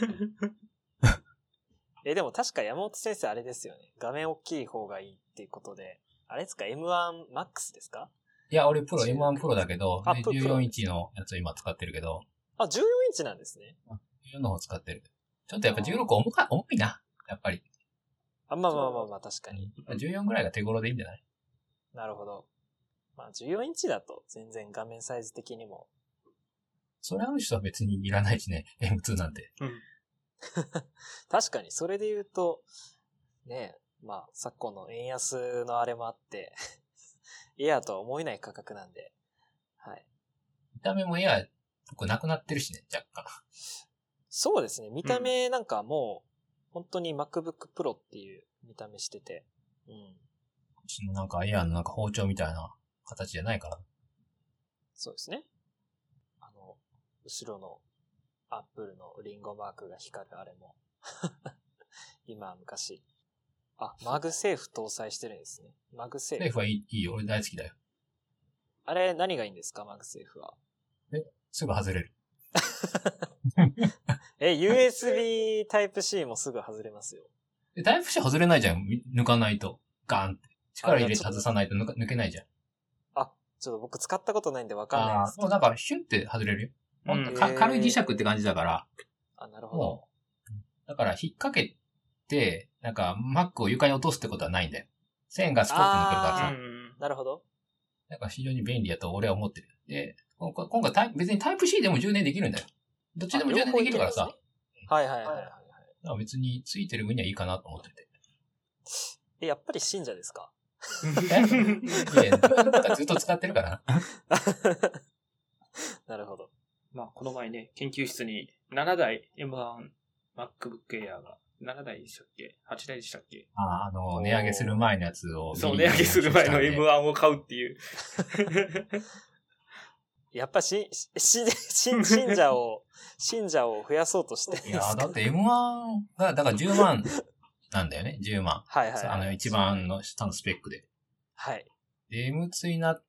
え、でも確か山本先生あれですよね。画面大きい方がいいっていうことで。あれですか ?エムワンマックス ですか？ いや、俺プロ、エムワン プロだけど、じゅうよんインチのやつを今使ってるけど。 あ、じゅうよんインチなんですね。 じゅうよんの方使ってる。ちょっとやっぱじゅうろく重か、重いな。やっぱり。 あ、まあまあまあまあ、確かに。 じゅうよんぐらいが手頃でいいんじゃない？ なるほど。まあじゅうよんインチだと全然画面サイズ的にも。 それある人は別にいらないしね、エムツー なんて。うん。 確かに、それで言うと、ねえ、まあ、昨今の円安のあれもあって、エアとは思えない価格なんで、はい。 見た目もエア、結構なくなってるしね、若干。 そうですね、見た目なんかもう、うん、本当に MacBook Pro っていう見た目してて、うん。 うちのなんかエアのなんか包丁みたいな形じゃないから。 そうですね。あの、後ろのアップルのリンゴマークが光るあれも。今、昔。あ、マグセーフ搭載してるんですね。マグセーフ。 セーフはいい、いいよ。俺大好きだよ。 あれ、何がいいんですか、マグセーフは。 え、すぐ外れる。 え、ユーエスビー Type-C もすぐ外れますよ。 え、タイプ C 外れないじゃん。抜かないと。ガーンって。力入れて外さないと抜か抜けないじゃん。 あ、ちょっと僕使ったことないんでわかんないですけど。 ああ、だからシュンって外れるよ。ほんとかへー軽い磁石って感じだから。 あ、なるほど。 もう、だから引っ掛けて、なんか Mac を床に落とすってことはないんだよ。線がスポッて抜けるからさ。 なるほど。 だから非常に便利だと俺は思ってる。で、今回今回タイ別にタイプ C でも充電できるんだよ。どっちでも充電できるからさ。 はいはいはいはい。 だから別についてる分にはいいかなと思ってて。 え、やっぱり信者ですか？ いや、なんかずっと使ってるからな。 なるほど。 まあ、この前ね、研究室にななだい エムワン MacBook Air がななだいでしたっけ ?はち 台でしたっけ？ ああ、あの、値上げする前のやつを。 そう、値上げする前の エムワン を買うっていう。 やっぱし、し、し、信者を、信者を増やそうとしてるんですか？ いや、だって エムワン が、だからじゅうまんなんだよね、じゅうまん。 はいはい、はい。 あの、一番の下のスペックで。 はい。 で、エムツー になって、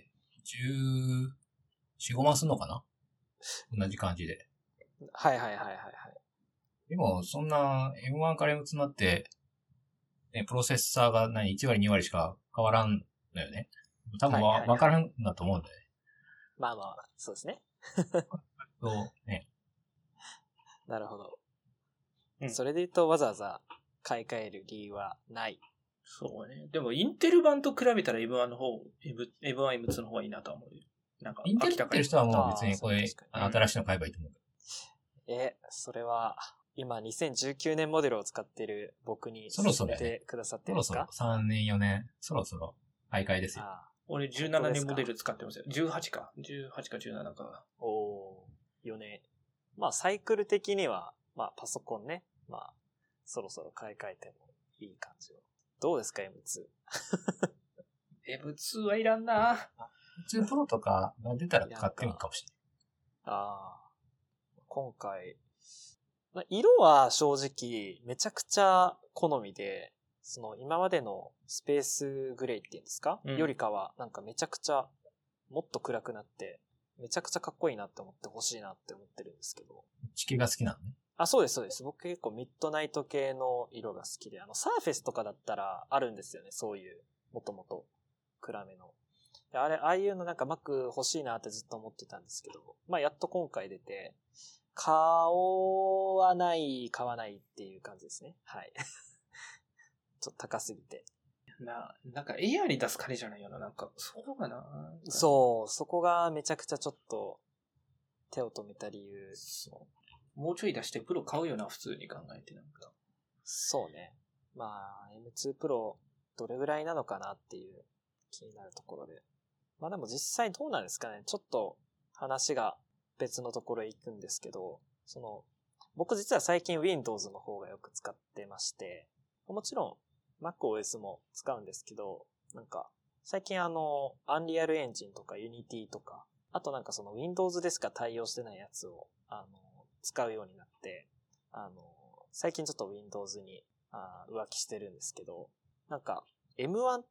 じゅうよん、ごまんすんのかな？同じ感じで。 はいはいはいはいはい。 でも、そんな エムワン から エムツー になって、ね、プロセッサーが何、いち割に割しか変わらんのよね。多分わ、 はいはいはいわからんんだと思うんだよね。 まあまあ、そうですね。 そうね。 なるほど。 うんそれで言うとわざわざ買い替える理由はない。 そうね。でも、インテル版と比べたら エムワン の方、エムワン、エムツー の方がいいなとは思うよ。なんか、 インテル持ってる人はもう別にこれあーそう確、かあの新しいの買えばいいと思う。 え、それは、今にせんじゅうきゅうねんモデルを使っている僕にそろそろやね勧めてくださってそろそろるんですか？ さんねんよねん、そろそろ買い替えですよ。 あ俺じゅうななねんモデル使ってますよ。じゅうはちか。じゅうはちかじゅうななか。 ーおー、よねん。まあサイクル的には、まあパソコンね、まあそろそろ買い替えてもいい感じは。どうですか エムツー？ エムツー はいらんな。 普通プロとかが出たら買ってみるかもしれああ。今回、まあ色は正直めちゃくちゃ好みで、その今までのスペースグレーっていうんですか、 うんよりかはなんかめちゃくちゃもっと暗くなってめちゃくちゃかっこいいなって思ってほしいなって思ってるんですけど。 ない。地形が好きなのね。 あ、そうですそうです。僕結構ミッドナイト系の色が好きで、あのサーフェスとかだったらあるんですよね。そういうもともと暗めの。であれ、ああいうのなんか Mac 欲しいなってずっと思ってたんですけど、まあやっと今回出て、買わない、買わないっていう感じですね。はい。ちょっと高すぎて。 な、なんかエアに出す金じゃないよな。なんか、そこがな。 そう、そこがめちゃくちゃちょっと手を止めた理由。 そう。もうちょい出してプロ買うよな、普通に考えてなんか。 そうね。まあ、エムツー Pro どれぐらいなのかなっていう気になるところで。まあでも実際どうなんですかね。ちょっと話が別のところへ行くんですけど、その、僕実は最近 Windows の方がよく使ってまして、もちろん MacOS も使うんですけど、なんか最近あの、Unreal Engine とか Unity とか、あとなんかその Windows でしか対応してないやつを、あの、使うようになって、あの、最近ちょっと Windows にあ浮気してるんですけど、なんか エムワン って、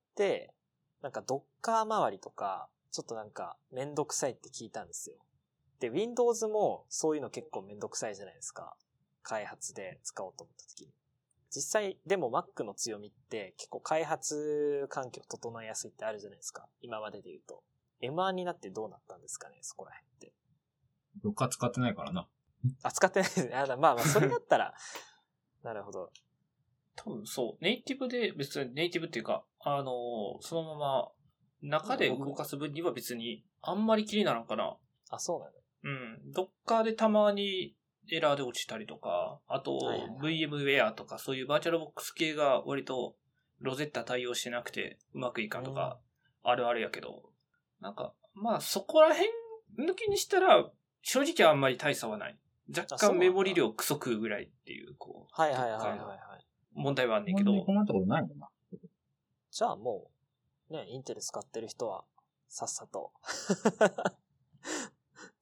なんか Docker 周りとか、ちょっとなんかめんどくさいって聞いたんですよ。で、Windows もそういうの結構めんどくさいじゃないですか。開発で使おうと思った時に。実際、でも Mac の強みって結構開発環境整えやすいってあるじゃないですか。今までで言うと。エムワン になってどうなったんですかね、そこら辺って。 どっか使ってないからな。 あ、使ってないですね。あまあまあ、それだったら、なるほど。 多分そう。ネイティブで、別にネイティブっていうか、あの、そのまま中で動かす分には別にあんまり気にならんかな。 あ、そうなんだ。 うん。ドッカーでたまにエラーで落ちたりとか、あとはいはいはいブイエムウェアとかそういうバーチャルボックス系が割とロゼッタ対応してなくてうまくいかんとかあるあるやけど、なんかまあそこら辺抜きにしたら正直あんまり大差はない。若干メモリ量クソ食うぐらいっていう、こう。 はいはいはいはいはい。 問題はあんねんけど。 困ったことないもんな。 じゃあもう、ね、インテル使ってる人は、さっさと。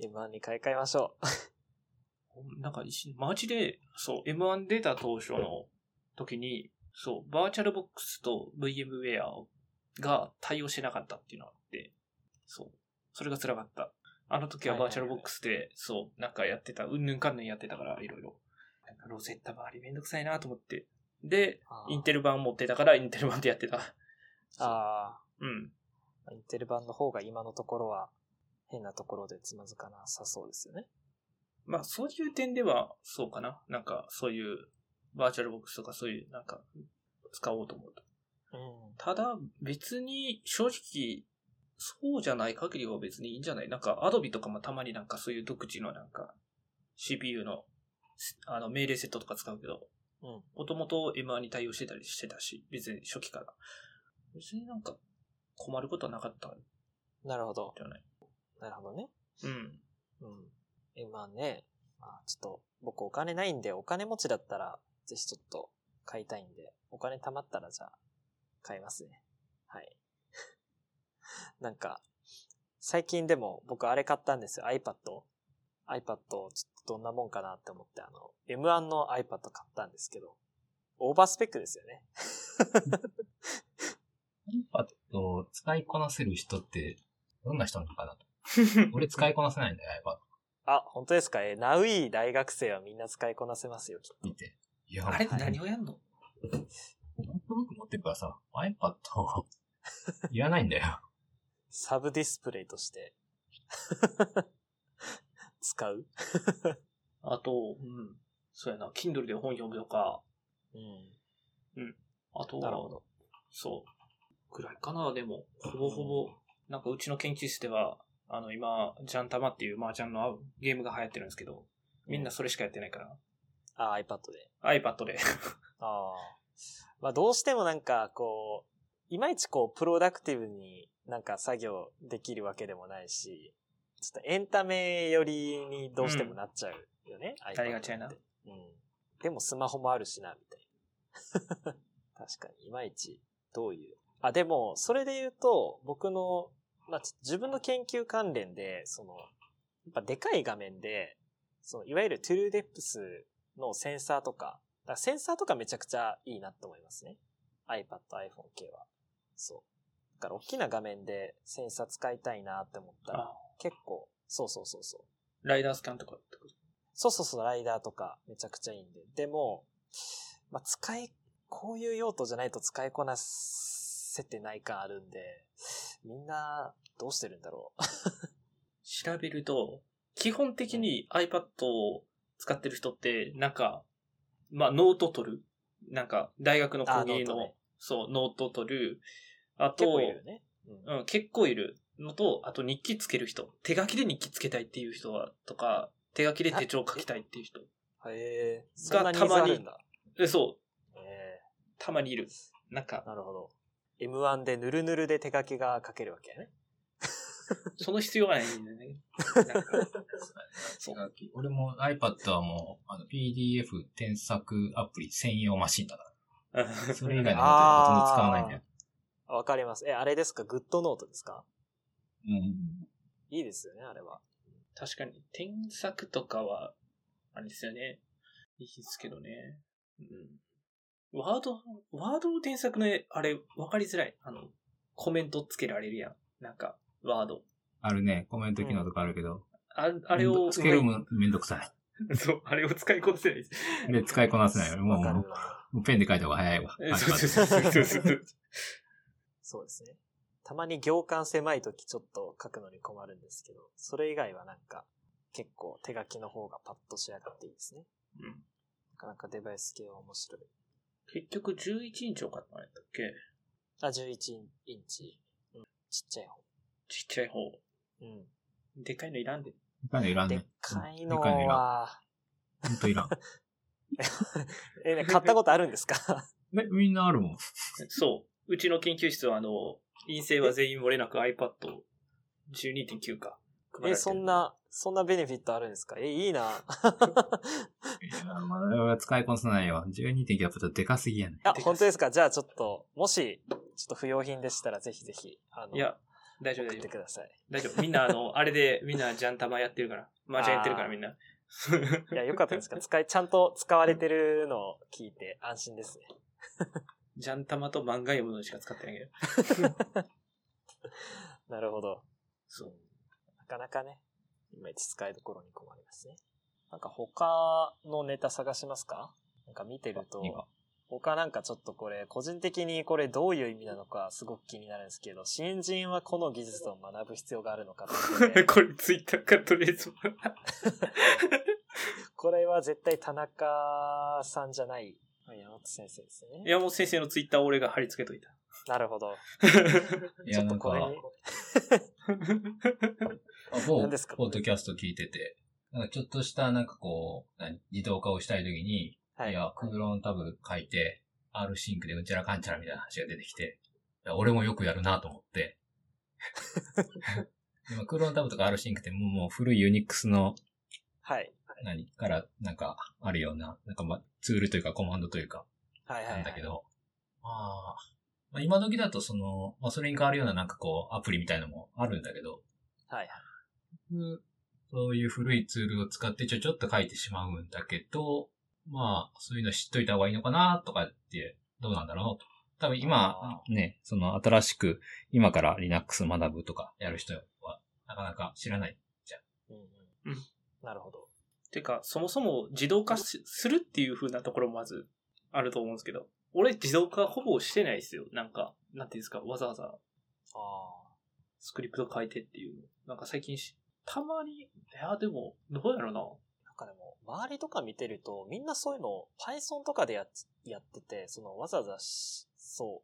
エムワン に買い替えましょう。なんか、マジで、そう、エムワン 出た当初の時に、そう、バーチャルボックスと VMware が対応してなかったっていうのがあって、そう。それが辛かった。あの時はバーチャルボックスで、そう、なんかやってた、うんぬんかんぬんやってたから、いろいろ。ロゼッタ周りめんどくさいなと思って。で、インテル版持ってたから、インテル版でやってた。 ああ。 うん。 インテル版の方が今のところは、変なところでつまずかなさそうですよね。 まあ、そういう点では、そうかな。なんか、そういう、バーチャルボックスとかそういう、なんか、使おうと思うと。 うん。 ただ、別に、正直、そうじゃない限りは別にいいんじゃない？なんか、アドビとかもたまになんかそういう独自のなんか、シーピーユー の、あの、命令セットとか使うけど、 うん。 もともと エムワン に対応してたりしてたし、別に初期から。別になんか、困ることはなかったんなるほど。 じゃない。 なるほどね。 うん。 うん。エムワン ね、まあちょっと、僕お金ないんで、お金持ちだったら、ぜひちょっと買いたいんで、お金貯まったらじゃあ、買いますね。はい。なんか、最近でも僕あれ買ったんですよ。iPad。iPad ちょっとどんなもんかなって思って、あの、エムワン の iPad 買ったんですけど、オーバースペックですよね。 iPad を使いこなせる人って、どんな人なのかなと。俺使いこなせないんだよ、iPad。 あ、本当ですか？え、ナウイ大学生はみんな使いこなせますよ、きっと。 見て。いや、 あれ、はい、何をやんの？ 僕持ってるからさ、iPad いらないんだよ。 サブディスプレイとして使うあと、うん。そうやな、Kindle で本読むとか。 うん。 うん。あとは、 なるほど。 そう。くらいかな、でも、ほぼほぼ、なんかうちの研究室では、あの、今、ジャンタマっていう麻雀の合うゲームが流行ってるんですけど、みんなそれしかやってないから。 あ、iPad で。 iPad で。 ああ。まあどうしてもなんか、こう、いまいちこう、プロダクティブになんか作業できるわけでもないし、ちょっとエンタメ寄りにどうしてもなっちゃうよね。 うん、iPad って。がちゃいな。うん。 でもスマホもあるしな、みたいな。確かに、いまいち、どういう。あ、でも、それで言うと、僕の、まあ、自分の研究関連で、その、やっぱでかい画面で、その、いわゆるトゥルーデップスのセンサーとか、だからセンサーとかめちゃくちゃいいなって思いますね。iPad、iPhone 系は。そう。だから大きな画面でセンサー使いたいなって思ったら、結構、そうそうそうそう。 ライダースキャンとかってこと？ そうそうそう、ライダーとかめちゃくちゃいいんで。でも、まあ、使い、こういう用途じゃないと使いこなせてない感あるんで、みんなどうしてるんだろう。 調べると、基本的に iPad を使ってる人って、なんか、まあ、ノート取る。なんか、大学の講義の、ね、そう、ノート取る。あと、 結構いるよね。 うん、うん、結構いるのと、あと日記つける人。手書きで日記つけたいっていう人は、とか、手書きで手帳書きたいっていう人。 へえ。そんなニーズあるんだ。 え、そう。へたまにいる。なんか。 なるほど。エムワン でヌルヌルで手書きが書けるわけね。 その必要がないんだよね。 そう。俺も iPad はもう、あの ピーディーエフ 添削アプリ専用マシンだから。それ以外のことはほとんど使わないんだよ。 わかります。え、あれですか？グッドノートですか？ うん。 いいですよね、あれは。 確かに、添削とかは、あれですよね。いいですけどね。うん。ワード、ワードの添削の、あれ、わかりづらい。あの、コメントつけられるやん。なんか、ワード。 あるね。コメント機能とかあるけど。 ああれを。 つけるもめんどくさい。そう、あれを使いこなせないです。 あれ使いこなせないよ。もう、もうペンで書いた方が早いわ。 そうそうそうそうそう。そうですね。たまに行間狭いときちょっと書くのに困るんですけど、それ以外はなんか、結構手書きの方がパッと仕上がっていいですね。うん。なかなかデバイス系は面白い。 結局じゅういちインチを買ったんやったっけ？ あ、じゅういちインチ。うん。ちっちゃい方。 ちっちゃい方。 うん。 でかいのいらんで。 でかいのいらんね。 でかいのは、 ほんといらん。 え、ね、買ったことあるんですか？ え、みんなあるもん。 そう。うちの研究室はあの、陰性は全員漏れなく iPad じゅうにてんきゅう か。 え、そんな、そんなベネフィットあるんですか？え、いいな。いや、まあ、使いこなせないよ。じゅうにてんきゅう やっぱでかすぎやね。 あ、本当ですか？じゃあちょっと、もし、ちょっと不要品でしたらぜひぜひ。 あのいや、 大丈夫、 送ってください。 大丈夫。みんな、あの、あれで、みんなジャンタマやってるから。麻雀やってるから、みんな。 いや、よかったですか。使い、ちゃんと使われてるのを聞いて安心ですね。 ジャンタマと漫画読むのしか使ってないけど。 なるほど。 そう。 なかなかね、いまいち使いどころに困りますね。なんか他のネタ探しますか？なんか見てると、他なんかちょっとこれ、個人的にこれどういう意味なのかすごく気になるんですけど、新人はこの技術を学ぶ必要があるのかって、 これツイッターからとりあえず。 これは絶対田中さんじゃない、山本先生ですね。 山本先生のツイッターを俺が貼り付けといた。 なるほど。 ちょっとこれに。某ポッドキャスト聞いてて、なんかちょっとしたなんかこう、自動化をしたいときに、はい、いや、クーロンタブ書いて、R シンクでうんちゃらかんちゃらみたいな話が出てきて、いや俺もよくやるなと思って。今クーロンタブとか R シンクってもう古いユニックスの、 はい。 何からなんかあるような、なんかま、ツールというかコマンドというか、 はいはい、はい。 なんだけど、まあ、まあ、今時だとその、まあそれに変わるようななんかこう、アプリみたいなのもあるんだけど、 はいはい。 うん、そういう古いツールを使ってちょちょっと書いてしまうんだけど、まあ、そういうの知っといた方がいいのかなとかって、どうなんだろうと。多分今、ね、その新しく、今から Linux 学ぶとかやる人は、なかなか知らないじゃん。 うんうん。なるほど。 てか、そもそも自動化するっていう風なところもまずあると思うんですけど、俺自動化ほぼしてないですよ。なんか、なんていうんですか、わざわざ、あスクリプト書いてっていうの。なんか最近し、たまに、いや、でも、どうやろうな。 なんかでも、周りとか見てると、みんなそういうのを Python とかでやっ、やってて、そのわざわざし、そう。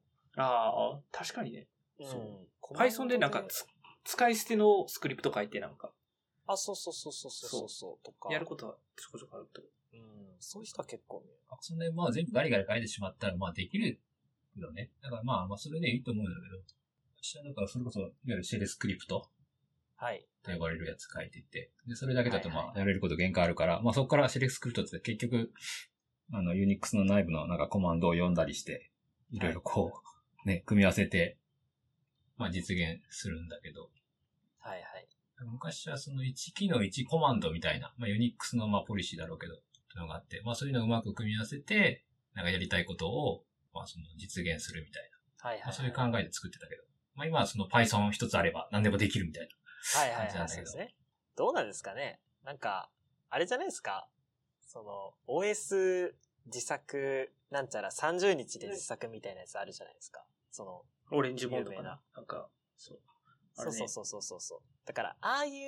ああ、確かにね。 うん、 そう。Python でなんかつ、使い捨てのスクリプト書いてなんか。 あ、そうそうそうそうそうそうとか。 やることはちょこちょこあると。 うん、そういう人は結構ね。 あ、そんで、まあ全部ガリガリ書いてしまったら、まあできるけどね。だからまあ、まあそれでいいと思うんだけど。私はだからそれこそ、いわゆるシェルスクリプト。 はい。 と呼ばれるやつ書いてて。で、それだけだとまあ、やれること限界あるから、はいはい、まあそこからシェルスクリプトって結局、あの、ユニックスの内部のなんかコマンドを読んだりして、いろいろこう、はい、ね、組み合わせて、まあ実現するんだけど。 はいはい。 昔はそのいち機能いちコマンドみたいな、まあユニックスのまあポリシーだろうけど、のがあって、まあそういうのをうまく組み合わせて、なんかやりたいことを、まあその実現するみたいな。はいはい、はい。まあ、そういう考えで作ってたけど。まあ今はその Python 一つあれば何でもできるみたいな。 はいはいはい。そうですね。どうなんですかね。なんか、あれじゃないですか。その、オーエス 自作、なんちゃらさんじゅうにちで自作みたいなやつあるじゃないですか。その、 オレンジボンドとかな。なんか、そう。 そうそうそうそうそうそう。だから、ああいう、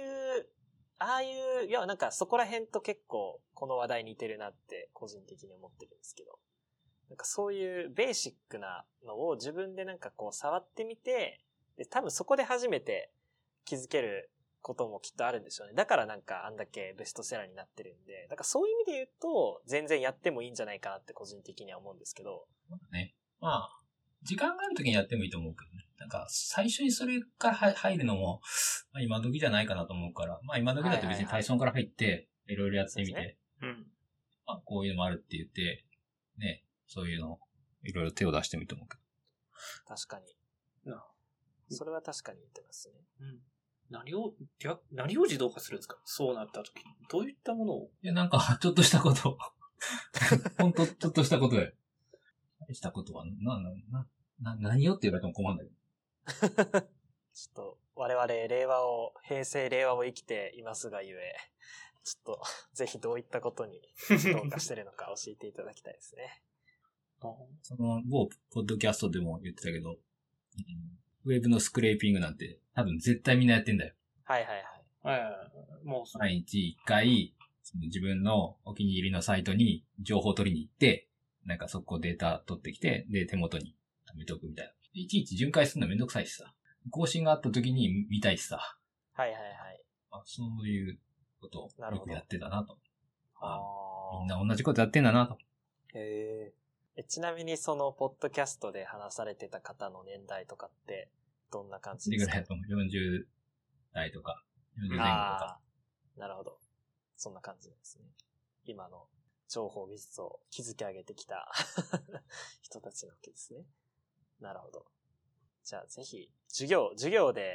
ああいう、いや、なんかそこら辺と結構この話題似てるなって個人的に思ってるんですけど。なんかそういうベーシックなのを自分でなんかこう触ってみて、で、多分そこで初めて気づけることもきっとあるんでしょうね。だからなんかあんだけベストセラーになってるんで、だからそういう意味で言うと、全然やってもいいんじゃないかなって個人的には思うんですけど。 ね。まあ、時間があるときにやってもいいと思うけどね。なんか、最初にそれから入るのも、まあ今時じゃないかなと思うから、まあ今時だと別に Python から入って、いろいろやってみて、はいはいはい、うん。まあこういうのもあるって言って、ね、そういうのをいろいろ手を出してもいいと思うけど。確かに。なそれは確かに言ってますね。 うん。何を、何を自動化するんですか？そうなった時に。どういったものを？ いや、なんか、ちょっとしたこと。ほんと、ちょっとしたことで。したことは、な、な、な、な、何よって言われても困るんだけど。ちょっと、我々、令和を、平成令和を生きていますがゆえ、ちょっと、ぜひどういったことに自動化してるのか教えていただきたいですね。 その、某ポッドキャストでも言ってたけど、ウェブのスクレーピングなんて多分絶対みんなやってんだよ。 はいはいはい。はいはいはい。 もう毎日一回、その自分のお気に入りのサイトに情報を取りに行って、なんかそこデータ取ってきて、で、手元に貯めておくみたいな。いちいち巡回するのめんどくさいしさ。更新があった時に見たいしさ。 はいはいはい。 あ、そういうことをよくやってたなと。ああ、みんな同じことやってんだなと。 へえ。ちなみにそのポッドキャストで話されてた方の年代とかってどんな感じですか？ いくらやと思う？よんじゅう代とか、よんじゅう前後とか。 なるほど。そんな感じですね。今の情報技術を築き上げてきた人たちなわけですね。なるほど。じゃあぜひ、授業、授業で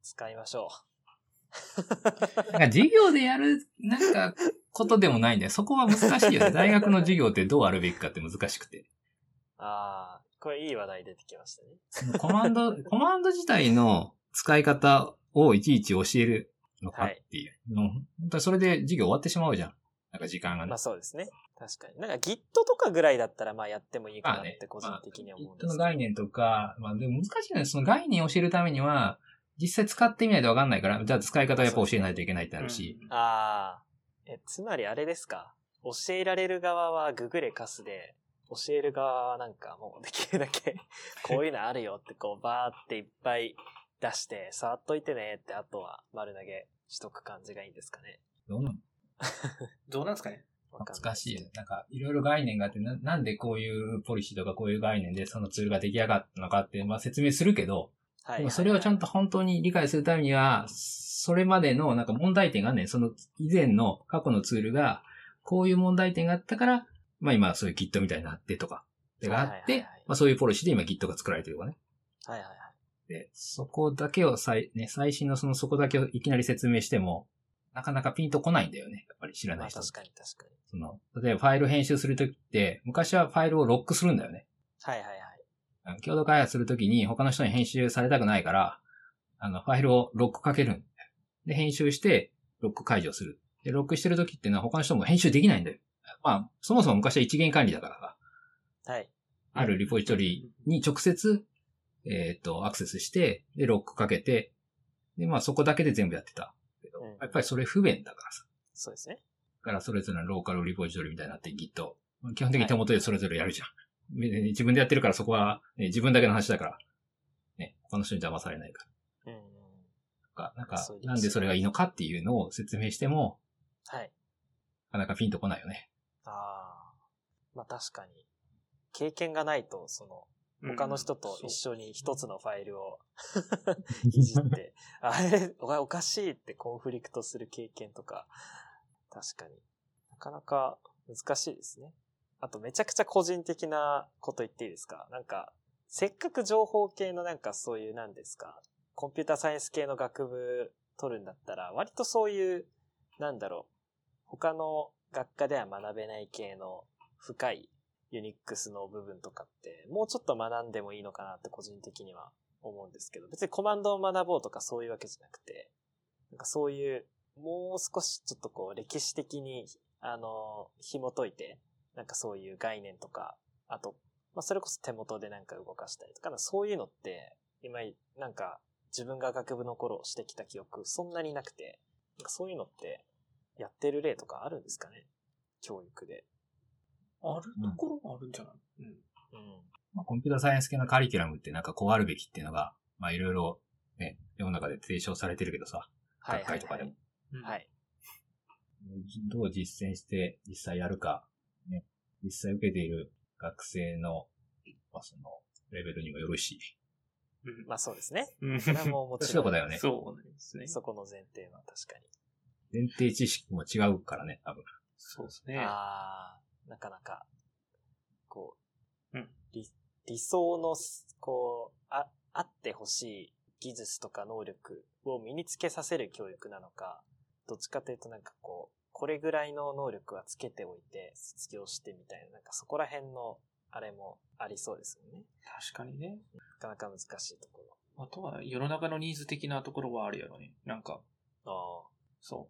使いましょなんか授業でやる、なんか、ことでもないんだよ。そこは難しいよね。大学の授業ってどうあるべきかって難しくて。 ああ、これいい話題出てきましたね。 そのコマンド、コマンド自体の使い方をいちいち教えるのかっていうの、はい、本当にそれで授業終わってしまうじゃん。なんか時間がね。 まあそうですね。確かに。なんか Git とかぐらいだったらまあやってもいいかなって個人的には思うんですけど。 まあね、まあ、Git の概念とか、まあでも難しいね。その概念を教えるためには、実際使ってみないと分かんないから、じゃあ使い方をやっぱ教えないといけないってなるし。 うん、ああ。え、つまりあれですか。教えられる側はググレカスで、教える側はなんかもうできるだけこういうのあるよってこうバーっていっぱい出して触っといてねってあとは丸投げしとく感じがいいんですかね。 どうなのどうなんですかね。 難しいよ。なんかいろいろ概念があってな、なんでこういうポリシーとかこういう概念でそのツールが出来上がったのかってまあ説明するけど、はいはいはい、でもそれをちゃんと本当に理解するためには、それまでのなんか問題点がね、その以前の過去のツールがこういう問題点があったから、まあ今そういう Git みたいになってとか、があって、まあそういうポリシーで今 Git が作られてるとかね。 はいはいはい。 で、そこだけを最、ね、最新のそのそこだけをいきなり説明しても、なかなかピンとこないんだよね。やっぱり知らない人。 まあ、確かに確かに。 その、例えばファイル編集するときって、昔はファイルをロックするんだよね。 はいはいはい。 共同開発するときに他の人に編集されたくないから、あの、ファイルをロックかけるんだよ。で、編集して、ロック解除する。で、ロックしてるときっていうのは他の人も編集できないんだよ。まあ、そもそも昔は一元管理だからさ。 はい。 あるリポジトリに直接、えっと、アクセスして、で、ロックかけて、で、まあそこだけで全部やってた。けど、うん、やっぱりそれ不便だからさ。 そうですね。 だからそれぞれのローカルリポジトリみたいになって Git。基本的に手元でそれぞれやるじゃん。はい、自分でやってるからそこは、ね、自分だけの話だから、ね、他の人に邪魔されないから。うん。かなんか、なんでそれがいいのかっていうのを説明しても、 はい。 なかなかピンとこないよね。 ああ。まあ確かに。経験がないと、その、他の人と一緒に一つのファイルをいじって、あれ、おかしいってコンフリクトする経験とか、確かになかなか難しいですね。あとめちゃくちゃ個人的なこと言っていいですか？なんか、せっかく情報系のなんかそういうなんですか、コンピューターサイエンス系の学部取るんだったら、割とそういう、なんだろう、他の学科では学べない系の深いユニックスの部分とかってもうちょっと学んでもいいのかなって個人的には思うんですけど、別にコマンドを学ぼうとかそういうわけじゃなくて、なんかそういうもう少しちょっとこう歴史的にあの紐解いて、なんかそういう概念とか、あとまあそれこそ手元でなんか動かしたりとか、そういうのって今なんか自分が学部の頃してきた記憶そんなになくて、なんかそういうのってやってる例とかあるんですかね、教育で。 あるところもあるんじゃない？うん。うん。 まあ、コンピューターサイエンス系のカリキュラムってなんかこうあるべきっていうのが、まあいろいろね、世の中で提唱されてるけどさ、 はいはいはい、 学会とかでも。 はい。 どう実践して実際やるか、ね、実際受けている学生の、まあその、レベルにもよるし。 うん、まあそうですね。それはもうもちろん。 そうだよね。 そうですね。 そこの前提は確かに。前提知識も違うからね、多分。 そうですね。 ああ、なかなか、こう、 うん、 理、理想の、こう、あ、あってほしい技術とか能力を身につけさせる教育なのか、どっちかというとなんかこう、これぐらいの能力はつけておいて卒業してみたいな、なんかそこら辺のあれもありそうですよね。 確かにね。 なかなか難しいところ。 あとは世の中のニーズ的なところはあるやろね。なんか、 ああ、 そう。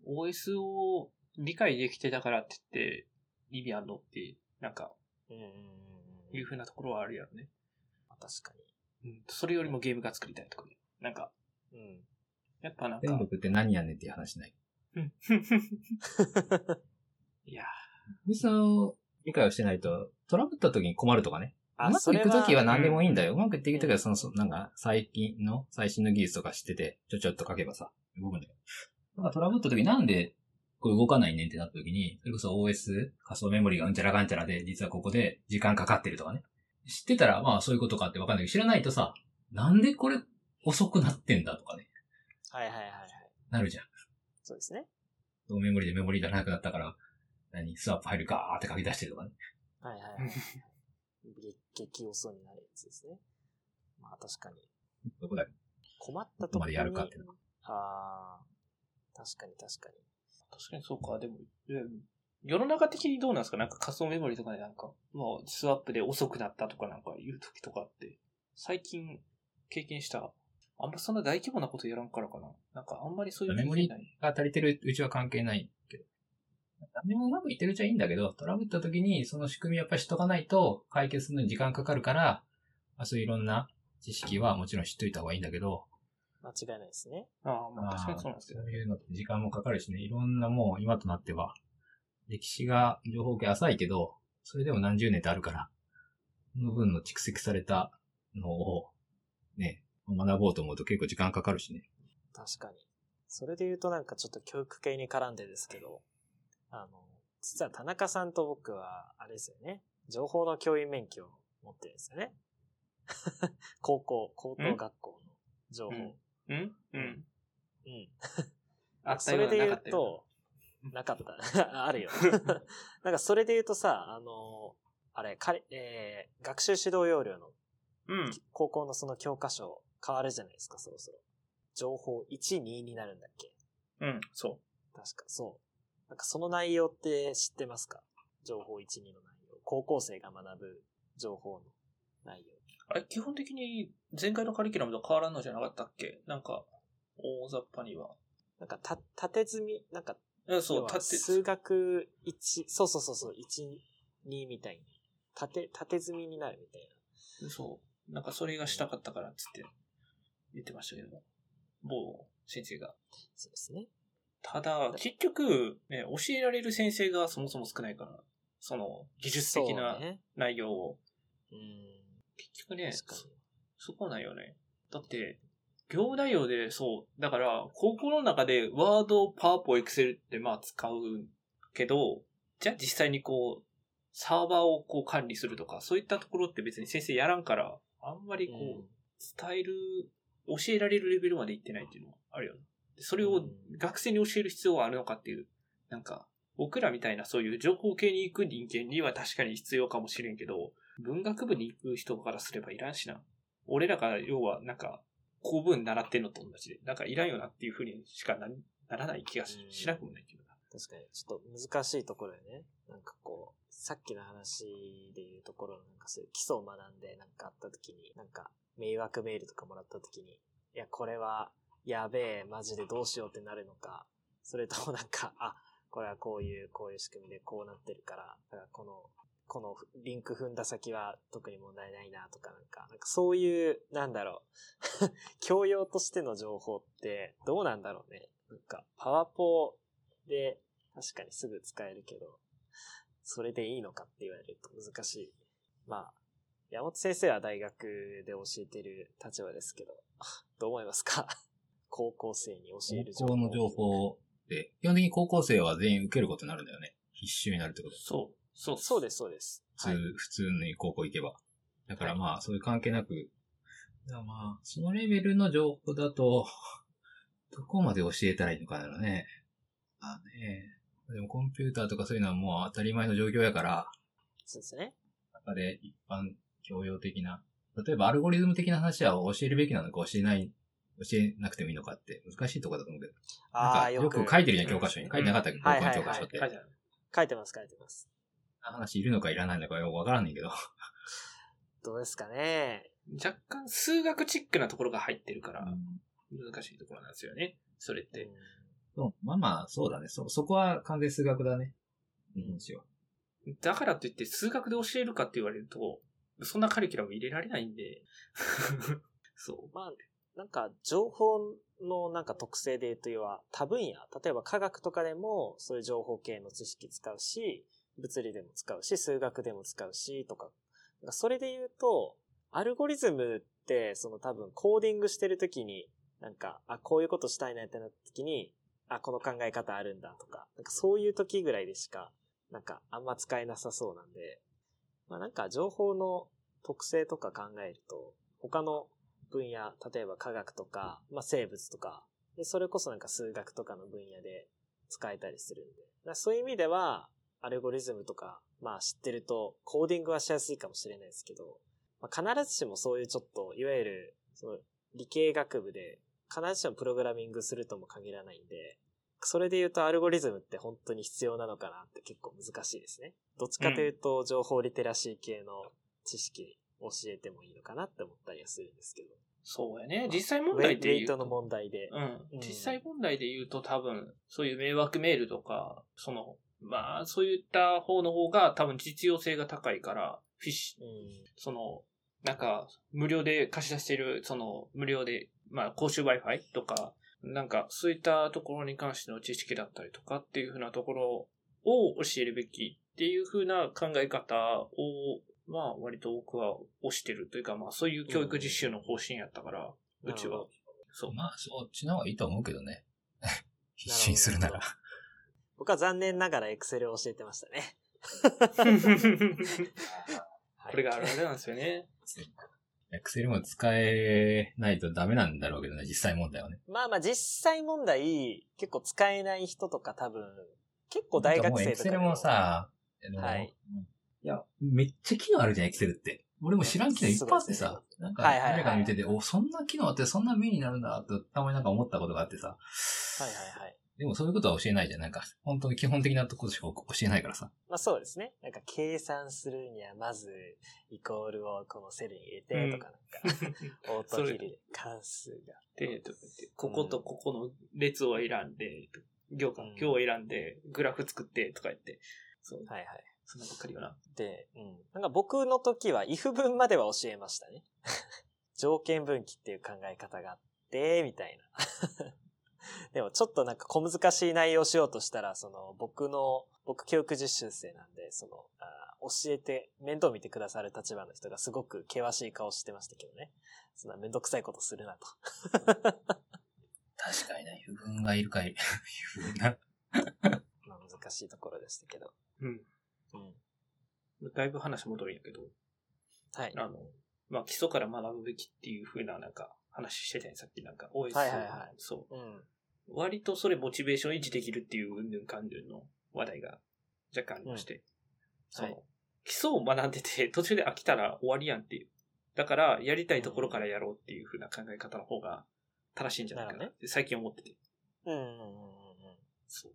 オーエス を理解できてたからって言って意味あんのって、なんか、 うんうんうん、 いう風なところはあるやろね。 確かに。うん。それよりもゲームが作りたいとかね。なんか、 うん。 やっぱなんか。 戦力って何やねんっていう話ない。 いやー。その理解をしてないと、トラブった時に困るとかね。うまくいく時は何でもいいんだよ。うまくいっていく時は、その、なんか、最近の、最新の技術とか知ってて、ちょちょっと書けばさ、動くんだよ。だからトラブった時なんで、これ動かないねんってなった時に、それこそ オーエス、仮想メモリがうんちゃらかんちゃらで、実はここで時間かかってるとかね。知ってたら、まあそういうことかってわかんないけど、知らないとさ、なんでこれ遅くなってんだとかね。 はいはいはいはい。 なるじゃん。 そうですね。 メモリでメモリがなくなったから、何、スワップファイルガーって書き出してるとかね。 はいはいはい。激遅になるやつですね。まあ確かに。 どこだよ。 困ったところに。 までやるかっていうの。 ああ、確かに確かに。 確かにそうか。でも、世の中的にどうなんですか？なんか仮想メモリとかでなんか、もうスワップで遅くなったとかなんか言う時とかって、最近経験した、あんまそんな大規模なことやらんからかな。なんかあんまりそういうメモリが足りてるうちは関係ないけど。何でもうまくいってるうちはいいんだけど、トラブった時にその仕組みやっぱりしとかないと解決するのに時間かかるから、まあ、そういういろんな知識はもちろん知っといた方がいいんだけど。 間違いないですね。 ああ、まあ確かにそうなんですけど、 そういうのって時間もかかるしね、いろんなもう今となっては、歴史が情報系浅いけど、それでも何十年ってあるから、その分の蓄積されたのをね、学ぼうと思うと結構時間かかるしね。 確かに。それで言うとなんかちょっと教育系に絡んでですけど、あの、実は田中さんと僕は、あれですよね。情報の教員免許を持ってるんですよね。高校、高等学校の情報。 うんうんうん。うん。 あったような。それで言うと、なかった。あるよ。なんかそれで言うとさ、あの、あれ、かえー、学習指導要領の、うん、高校のその教科書変わるじゃないですか、そろそろ。情報いち、にになるんだっけ？ うん、そう。 確か、そう。なんかその内容って知ってますか？情報いち、にの内容。高校生が学ぶ情報の内容。 あれ、基本的に前回のカリキュラムと変わらんのじゃなかったっけ？なんか、大雑把には。 なんか、た、縦積み、なんか、 そう、縦。 数学いち、そうそうそうそう、いち、にみたいに。縦、縦積みになるみたいな。そう。なんかそれがしたかったからっつって言ってましたけども。某先生が。 そうですね。 ただ、結局、ね、教えられる先生がそもそも少ないから、その、技術的な内容を。う、ね、ん結局ね、そ、そこなんよね。だって、業務内容で、そう。だから、高校の中で、ワード、パワポ、エクセルってまあ使うけど、じゃあ実際にこう、サーバーをこう管理するとか、そういったところって別に先生やらんから、あんまりこう、うん、伝える、教えられるレベルまでいってないっていうのはあるよね。それを学生に教える必要はあるのかっていう、なんか、僕らみたいなそういう情報系に行く人間には確かに必要かもしれんけど、文学部に行く人からすればいらんしな。俺らが要はなんか、公文習ってんのと同じで、なんかいらんよなっていう風にしか な, ならない気が し, しなくもないけどな。 確かに、ちょっと難しいところよね。なんかこう、さっきの話でいうところのなんかそういう基礎を学んでなんかあった時に、なんか迷惑メールとかもらった時に、いや、これはやべえ、マジでどうしようってなるのか、それともなんか、あ、これはこういう、こういう仕組みでこうなってるから、だからこの、このリンク踏んだ先は特に問題ないなとかなんか、なんかそういう、なんだろう、教養としての情報ってどうなんだろうね。なんか、パワポで確かにすぐ使えるけど、それでいいのかって言われると難しい。まあ、山本先生は大学で教えてる立場ですけど、どう思いますか？高校生に教える情報。高校の情報で、基本的に高校生は全員受けることになるんだよね。必修になるってこと。 そう。そう。 そうです、そうです。 普通、はい、普通に高校行けば。だからまあ、はい、そういう関係なく、まあ、そのレベルの情報だと、どこまで教えたらいいのかなね。あね。でもコンピューターとかそういうのはもう当たり前の状況やから。 そうですね。 中で一般教養的な、例えばアルゴリズム的な話は教えるべきなのか教えない、教えなくてもいいのかって難しいところだと思うけど。ああ、よく書いてるじゃん、教科書に。書いてなかったっけ、高校の教科書って。 書いて書いてます、書いてます。 話いるのかいらないのかよくわからんねんけど。 どうですかね。 若干数学チックなところが入ってるから、難しいところなんですよね。それって。 そうまあまあ、そうだね。そ、そこは完全数学だね。うん、ですよ。 だからといって数学で教えるかって言われると、そんなカリキュラム入れられないんで。そう。 まあ、なんか情報のなんか特性で言うと要は多分野。例えば科学とかでもそういう情報系の知識使うし、物理でも使うし、数学でも使うし、とか。それで言うと、アルゴリズムって、その多分コーディングしてるときに、なんか、あ、こういうことしたいなってなったときに、あ、この考え方あるんだとか、なんかそういう時ぐらいでしか、なんかあんま使えなさそうなんで、まあなんか情報の特性とか考えると、他の分野、例えば科学とか、まあ生物とか、でそれこそなんか数学とかの分野で使えたりするんで、だそういう意味では、アルゴリズムとか、まあ知ってると、コーディングはしやすいかもしれないですけど、まあ、必ずしもそういうちょっと、いわゆる、その理系学部で、必ずしもプログラミングするとも限らないんで、それで言うとアルゴリズムって本当に必要なのかなって結構難しいですね。どっちかというと、情報リテラシー系の知識教えてもいいのかなって思ったりはするんですけど。 そうやね。実際問題で言うと。 ウェイトの問題で。 うん。実際問題で言うと多分、そういう迷惑メールとか、その、まあ、そういった方の方が多分実用性が高いから、フィッシュ、うん、その、なんか、無料で貸し出している、その、無料で、まあ、公衆 Wi-Fi とか、なんか、そういったところに関しての知識だったりとかっていう風なところを教えるべきっていう風な考え方を、まあ、割と僕は推してるというか、まあ、そういう教育実習の方針やったから、うん、うちは。 そう。まあ、そっちの方がいいと思うけどね。必死にするなら。 僕は残念ながら Excel を教えてましたね。 これがあるあるなんですよね。 Excel も使えないとダメなんだろうけどね、実際問題はね。 まあまあ実際問題、結構使えない人とか多分、結構大学生とか。 Excel もさ、 はい。 いや、めっちゃ機能あるじゃん、Excel って。俺も知らん機能いっぱいあってさ、なんか、誰か見てて、お、そんな機能あってそんな目になるんだ、とたまになんか思ったことがあってさ。 はいはいはい。 でもそういうことは教えないじゃん。なんか、本当に基本的なところしか教えないからさ。 まあそうですね。なんか計算するにはまず、イコールをこのセルに入れてとかなんか、うん、オートキル関数が。 で、こことここの列を選んで、行間、行を選んで、グラフ作ってとか言って。そう。 はいはい。 そんなばっかりよな。 で、うん。なんか僕の時は if 文までは教えましたね。条件分岐っていう考え方があって、みたいな。でもちょっとなんか小難しい内容をしようとしたら、その僕の、僕教育実習生なんで、その、あ教えて、面倒見てくださる立場の人がすごく険しい顔してましたけどね。そんなめんどくさいことするなと。 確かにね、油分がいるかい、油分が。 まあ難しいところでしたけど。 うん。うん。だいぶ話戻るんやけど。 はい。 あの、まあ基礎から学ぶべきっていう風ななんか話してたね、さっきなんか オーエス。 はいはいはい。 そう。 うん。 割とそれモチベーション維持できるっていううんぬんかんぬんの話題が若干ありまして。うん、その、はい、基礎を学んでて途中で飽きたら終わりやんっていう。だからやりたいところからやろうっていう風な考え方の方が正しいんじゃないかなって最近思ってて。 うんうんうんうん。 そう。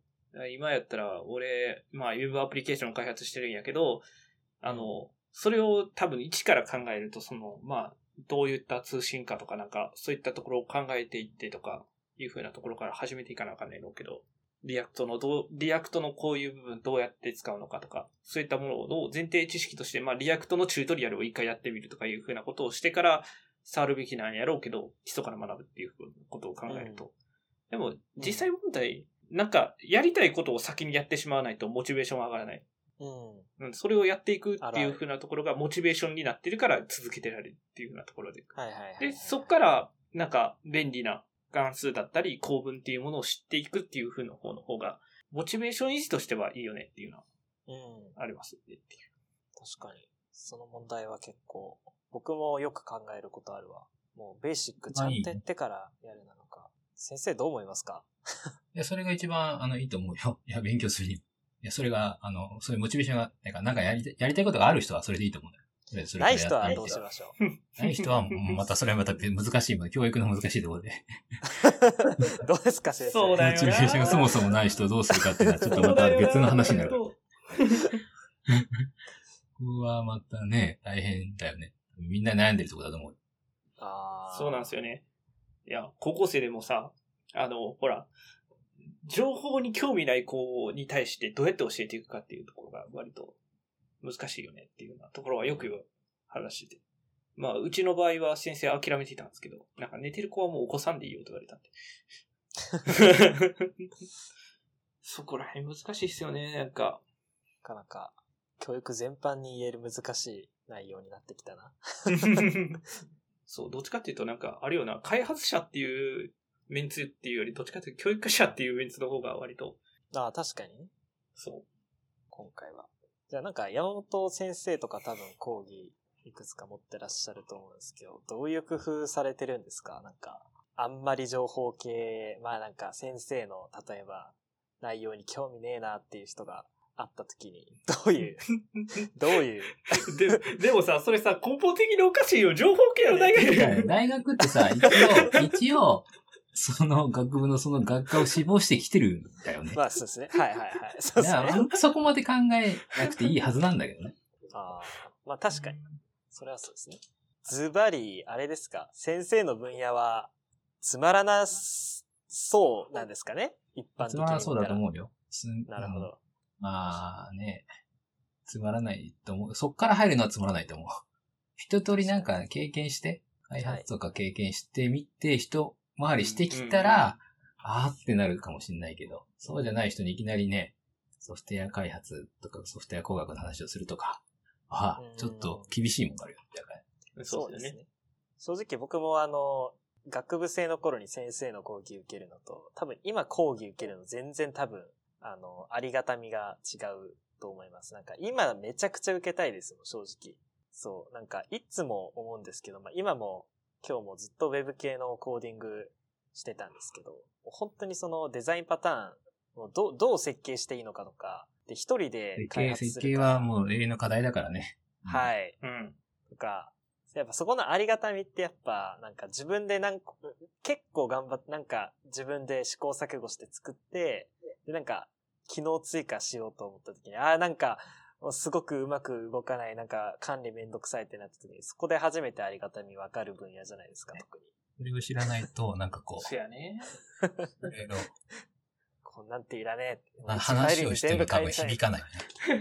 今やったら俺、まあ Web アプリケーションを開発してるんやけど、あの、それを多分一から考えるとその、まあ、どういった通信かとかなんかそういったところを考えていってとか、いう風なところから始めていかなあかんねんろうけど、リアクトのどう、リアクトのこういう部分どうやって使うのかとか、そういったものを前提知識として、まあリアクトのチュートリアルを一回やってみるとかいう風なことをしてから触るべきなんやろうけど、基礎から学ぶっていうことを考えると。うん、でも実際問題、うん、なんかやりたいことを先にやってしまわないとモチベーションは上がらない。うん。それをやっていくっていう風なところがモチベーションになってるから続けてられるっていう風なところで。 はいはいはいはい、 で、そっからなんか便利な関数だったり構文っていうものを知っていくっていう風の方の方がモチベーション維持としてはいいよねっていうのはありますねっていう、 うん、確かにその問題は結構僕もよく考えることあるわ。もうベーシックちゃんとやってからやるなのか。先生どう思いますか？ いや、それが一番あのいいと思うよ。いや、勉強するに。いや、それがあのそういうモチベーションがなんかなんかやりやりたいことがある人はそれでいいと思うんだよ。 それない人はどうしましょう。 ない人は、またそれはまた難しい、教育の難しいところで。 どうですか、先生。 そうだよな。 モチベーションがそもそもない人をどうするかっていうのはちょっとまた別の話になる。ここはまたね、大変だよね。みんな悩んでるところだと思う。 ああ。 そうなんですよね。いや、高校生でもさ、あの、ほら、情報に興味ない子に対してどうやって教えていくかっていうところが割と難しいよねっていうようなところはよく話してて。まあ、うちの場合は先生諦めていたんですけど、なんか寝てる子はもう起こさんでいいよと言われたんで。そこら辺難しいっすよね、なんか。 なかなか、教育全般に言える難しい内容になってきたな。 そう、どっちかっていうとなんか、あるような、開発者っていうメンツっていうより、どっちかっていうと教育者っていうメンツの方が割と。 ああ、確かにね。 そう。 今回は。じゃあなんか山本先生とか多分講義いくつか持ってらっしゃると思うんですけど、どういう工夫されてるんですか？なんか、あんまり情報系、まあなんか先生の例えば内容に興味ねえなっていう人があった時に、どういう、どういうで。でもさ、それさ、根本的におかしいよ。情報系の大学。 大学ってさ、一応、一応、その学部のその学科を志望してきてるんだよね。 まあそうですね。はいはいはい。そうですね。 そこまで考えなくていいはずなんだけどね。 ああ、まあ確かに。それはそうですね。ズバリ、あれですか。先生の分野は、つまらなそうなんですかね。一般的に。 つまらなそうだと思うよ。 なるほど。 まあね、つまらないと思う。そっから入るのはつまらないと思う。一通りなんか経験して、開発とか経験してみて、はい、人回りしてきたら、うんうんうん、あーってなるかもしれないけど、そうじゃない人にいきなりね、ソフトウェア開発とかソフトウェア工学の話をするとか、ああ、ちょっと厳しいもんがあるよ、みたいな。そうですね。正直僕もあの、学部生の頃に先生の講義受けるのと、多分今講義受けるの全然多分、あの、ありがたみが違うと思います。なんか今めちゃくちゃ受けたいですもん、正直。そう、なんかいつも思うんですけど、まあ今も今日もずっとウェブ系のコーディングしてたんですけど、本当にそのデザインパターンをどう、どう設計していいのかとか、で一人で開発する設計、設計はもう永遠の課題だからね。 はい。うん。とか、やっぱそこのありがたみってやっぱ、なんか自分でなんか、結構頑張って、なんか自分で試行錯誤して作って、で、なんか、機能追加しようと思った時に、ああ、なんか、すごくうまく動かない、なんか管理めんどくさいってなった時に、そこで初めてありがたみ分かる分野じゃないですか、特に。 それを知らないと、なんかこう。 そうやね。 えどこんなんていらねえって。 まあ、話をしても多分響かないね。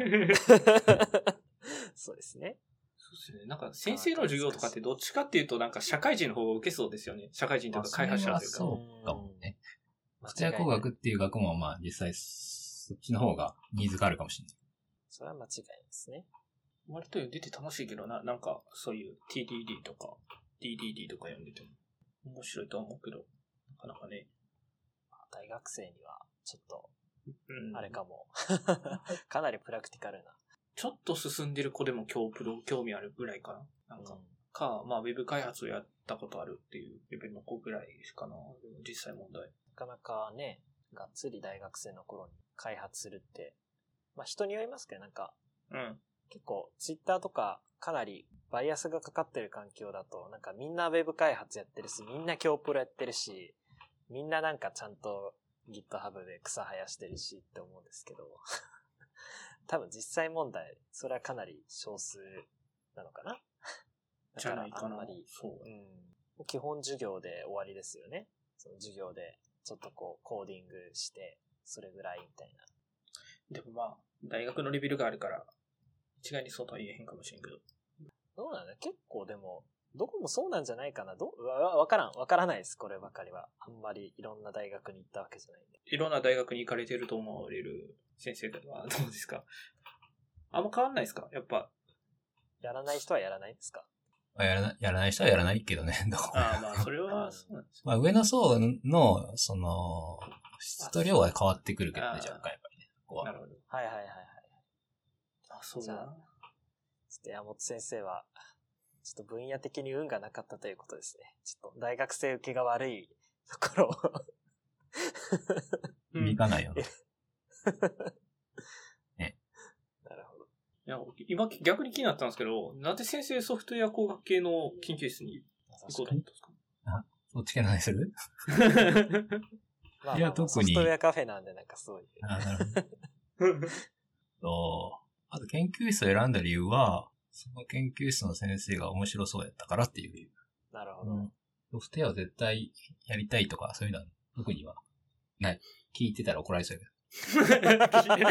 そうですね。 そうですね。なんか先生の授業とかってどっちかっていうとなんか社会人の方が受けそうですよね。社会人とか開発者というか。 そうかもね。ソフトウェア工学っていう学問はまあ実際そっちの方がニーズがあるかもしれない。 それは間違いですね。 割と出て楽しいけどな、なんかそういう ティーディーディー とか ディーディーディー とか読んでても面白いとは思うけど、なかなかね。 大学生にはちょっと、あれかも。かなりプラクティカルな。 ちょっと進んでる子でも今日プロ興味あるぐらいかな。なんか、うん、か、まあウェブ開発をやったことあるっていうレベルの子ぐらいかな。実際問題。 なかなかね、がっつり大学生の頃に開発するって、まあ人によりますけど、なんか、うん、結構ツイッターとかかなりバイアスがかかってる環境だと、なんかみんなウェブ開発やってるし、みんな今日プロやってるし、みんななんかちゃんと GitHub で草生やしてるしって思うんですけど、多分実際問題、それはかなり少数なのかな。だからあんまり、そう、うん、基本授業で終わりですよね。その授業でちょっとこうコーディングして、それぐらいみたいな。 でもまあ、大学のレベルがあるから、一概にそうとは言えへんかもしれんけど。 どうなんだ結構でも、どこもそうなんじゃないかな。どわ、わからん。わからないです。こればかりは。あんまりいろんな大学に行ったわけじゃないんで。 いろんな大学に行かれてると思われる先生はどうですか？あんま変わんないですか？やっぱ。 やらない人はやらないですか？ やらない、やらない人はやらないけどね。どこああ、まあ、それはそうなんです。 まあ、上の層の、その、質と量は変わってくるけどね、若干やっぱりね。ここは。 なるほど。はいはいはいはい。 あ、そうだな。 ちょっと山本先生は、ちょっと分野的に運がなかったということですね。ちょっと大学生受けが悪いところを響かないよね。 ね。なるほど。 いや、今逆に気になったんですけど、なんで先生ソフトウェア工学系の研究室に行こうと思ったんですか？ あ、そっち系何するまあ、いや、特に。ソフトウェアカフェなんでなんかそういう。 あ、なるほど。そう。あと研究室を選んだ理由は、その研究室の先生が面白そうやったからっていう理由。 なるほど。 うん、ソフトウェアを絶対やりたいとか、そういうのは特にはない。聞いてたら怒られそうやけど。確かに。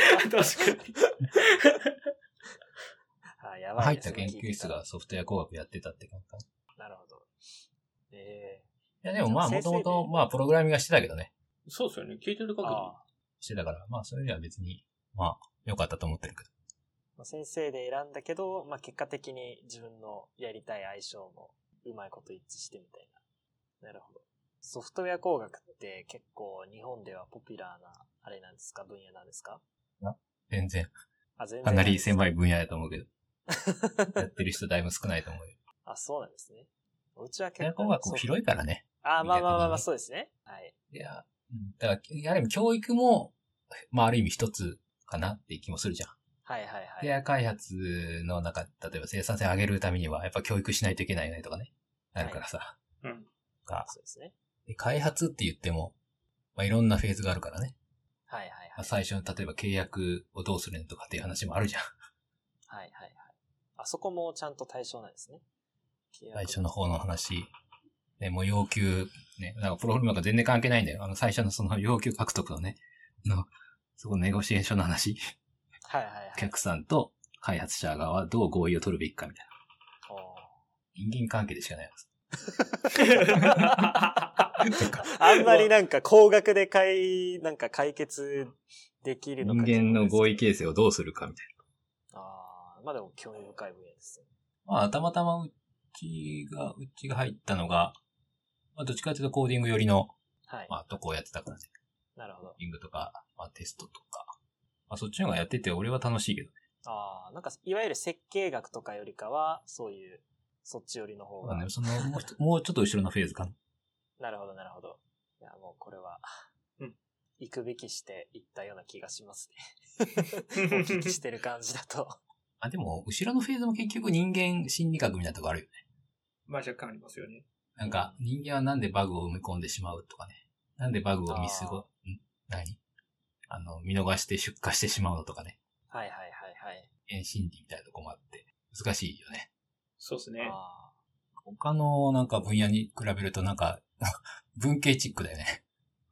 あ、やばいですね。入った研究室がソフトウェア工学やってたって感じかな。なるほど。ええー。いやでもまあ、もともと、まあ、プログラミングはしてたけどね。 そうですよね。聞いてる限り。 してたから、まあ、それには別に、まあ、良かったと思ってるけど。 先生で選んだけど、まあ、結果的に自分のやりたい相性もうまいこと一致してみたいな。なるほど。ソフトウェア工学って結構日本ではポピュラーなあれなんですか？分野なんですか？ あ、全然。 あ、全然。 かなり狭い分野だと思うけど。やってる人だいぶ少ないと思うよ。 あ、そうなんですね。うちは結構。工学も広いからね。 あ、まあまあまあまあ、そうですね。はい。 いや、だから、やはり教育も、まあある意味一つかなっていう気もするじゃん。 はいはいはい。 エーアイ 開発の中、例えば生産性上げるためには、やっぱ教育しないといけないよねとかね。なるからさ。 はい、うん。 か。 そうですね。 で開発って言っても、まあ、いろんなフェーズがあるからね。 はいはいはい。 まあ、最初の例えば契約をどうするのとかっていう話もあるじゃん。 はいはいはい。あそこもちゃんと対象なんですね。 最初の方の話。ね、もう要求、ね、なんかプログラムが全然関係ないんだよ。あの最初のその要求獲得のね、の、そこのネゴシエーションの話。 はいはいはい。 お客さんと開発者側はどう合意を取るべきかみたいな。人間関係でしかないです。 あんまりなんか高額で解、なんか解決できるのか。 人間の合意形成をどうするかみたいな。ああ、まあでも興味深い分野ですね。 まあ、たまたまうちが、うちが入ったのが、まあ、どっちかというとコーディング寄りの、はい、まあ、とこをやってたからね。 なるほど。 コーディングとか、まあ、テストとか。まあ、そっちの方がやってて俺は楽しいけどね。 ああ、なんか、いわゆる設計学とかよりかは、そういう、そっち寄りの方が。 ね、そのもう、もうちょっと後ろのフェーズかな。 なるほど、なるほど。いや、もうこれは、うん。行くべきして行ったような気がしますね。お聞きしてる感じだと。 あ、でも、後ろのフェーズも結局人間心理学みたいなとこあるよね。 まあ若干ありますよね。 なんか、人間はなんでバグを埋め込んでしまうとかね。なんでバグを見過ご、ん何あの、見逃して出荷してしまうのとかね。 はいはいはいはい。 人間心理みたいなとこもあって、難しいよね。 そうですね。 他のなんか分野に比べるとなんか、文系チックだよね。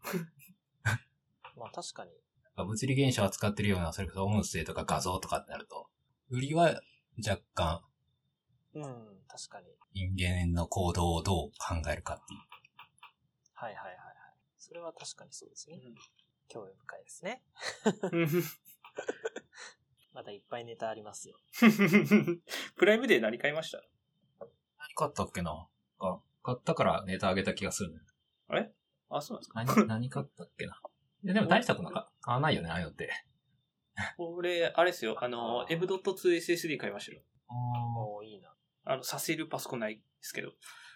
まあ確かに。 物理現象を扱ってるような、それこそ音声とか画像とかってなると、売りは若干、 うん、確かに。 人間の行動をどう考えるかっていう。 はいはいはいはい。それは確かにそうですね。うん、興味深いですね。まだいっぱいネタありますよ。 プライムデー何買いました？ 何買ったっけなあ、買ったからネタあげた気がするね。 あれあ、そうなんですか？ 何、何買ったっけな。いやでも大したことなんか買わないよね、ああいうのって。 俺、あれですよ、あの、エムドットツーエスエスディー 買いましたよ。 おー、いいな。 あの、させるパソコンないですけど。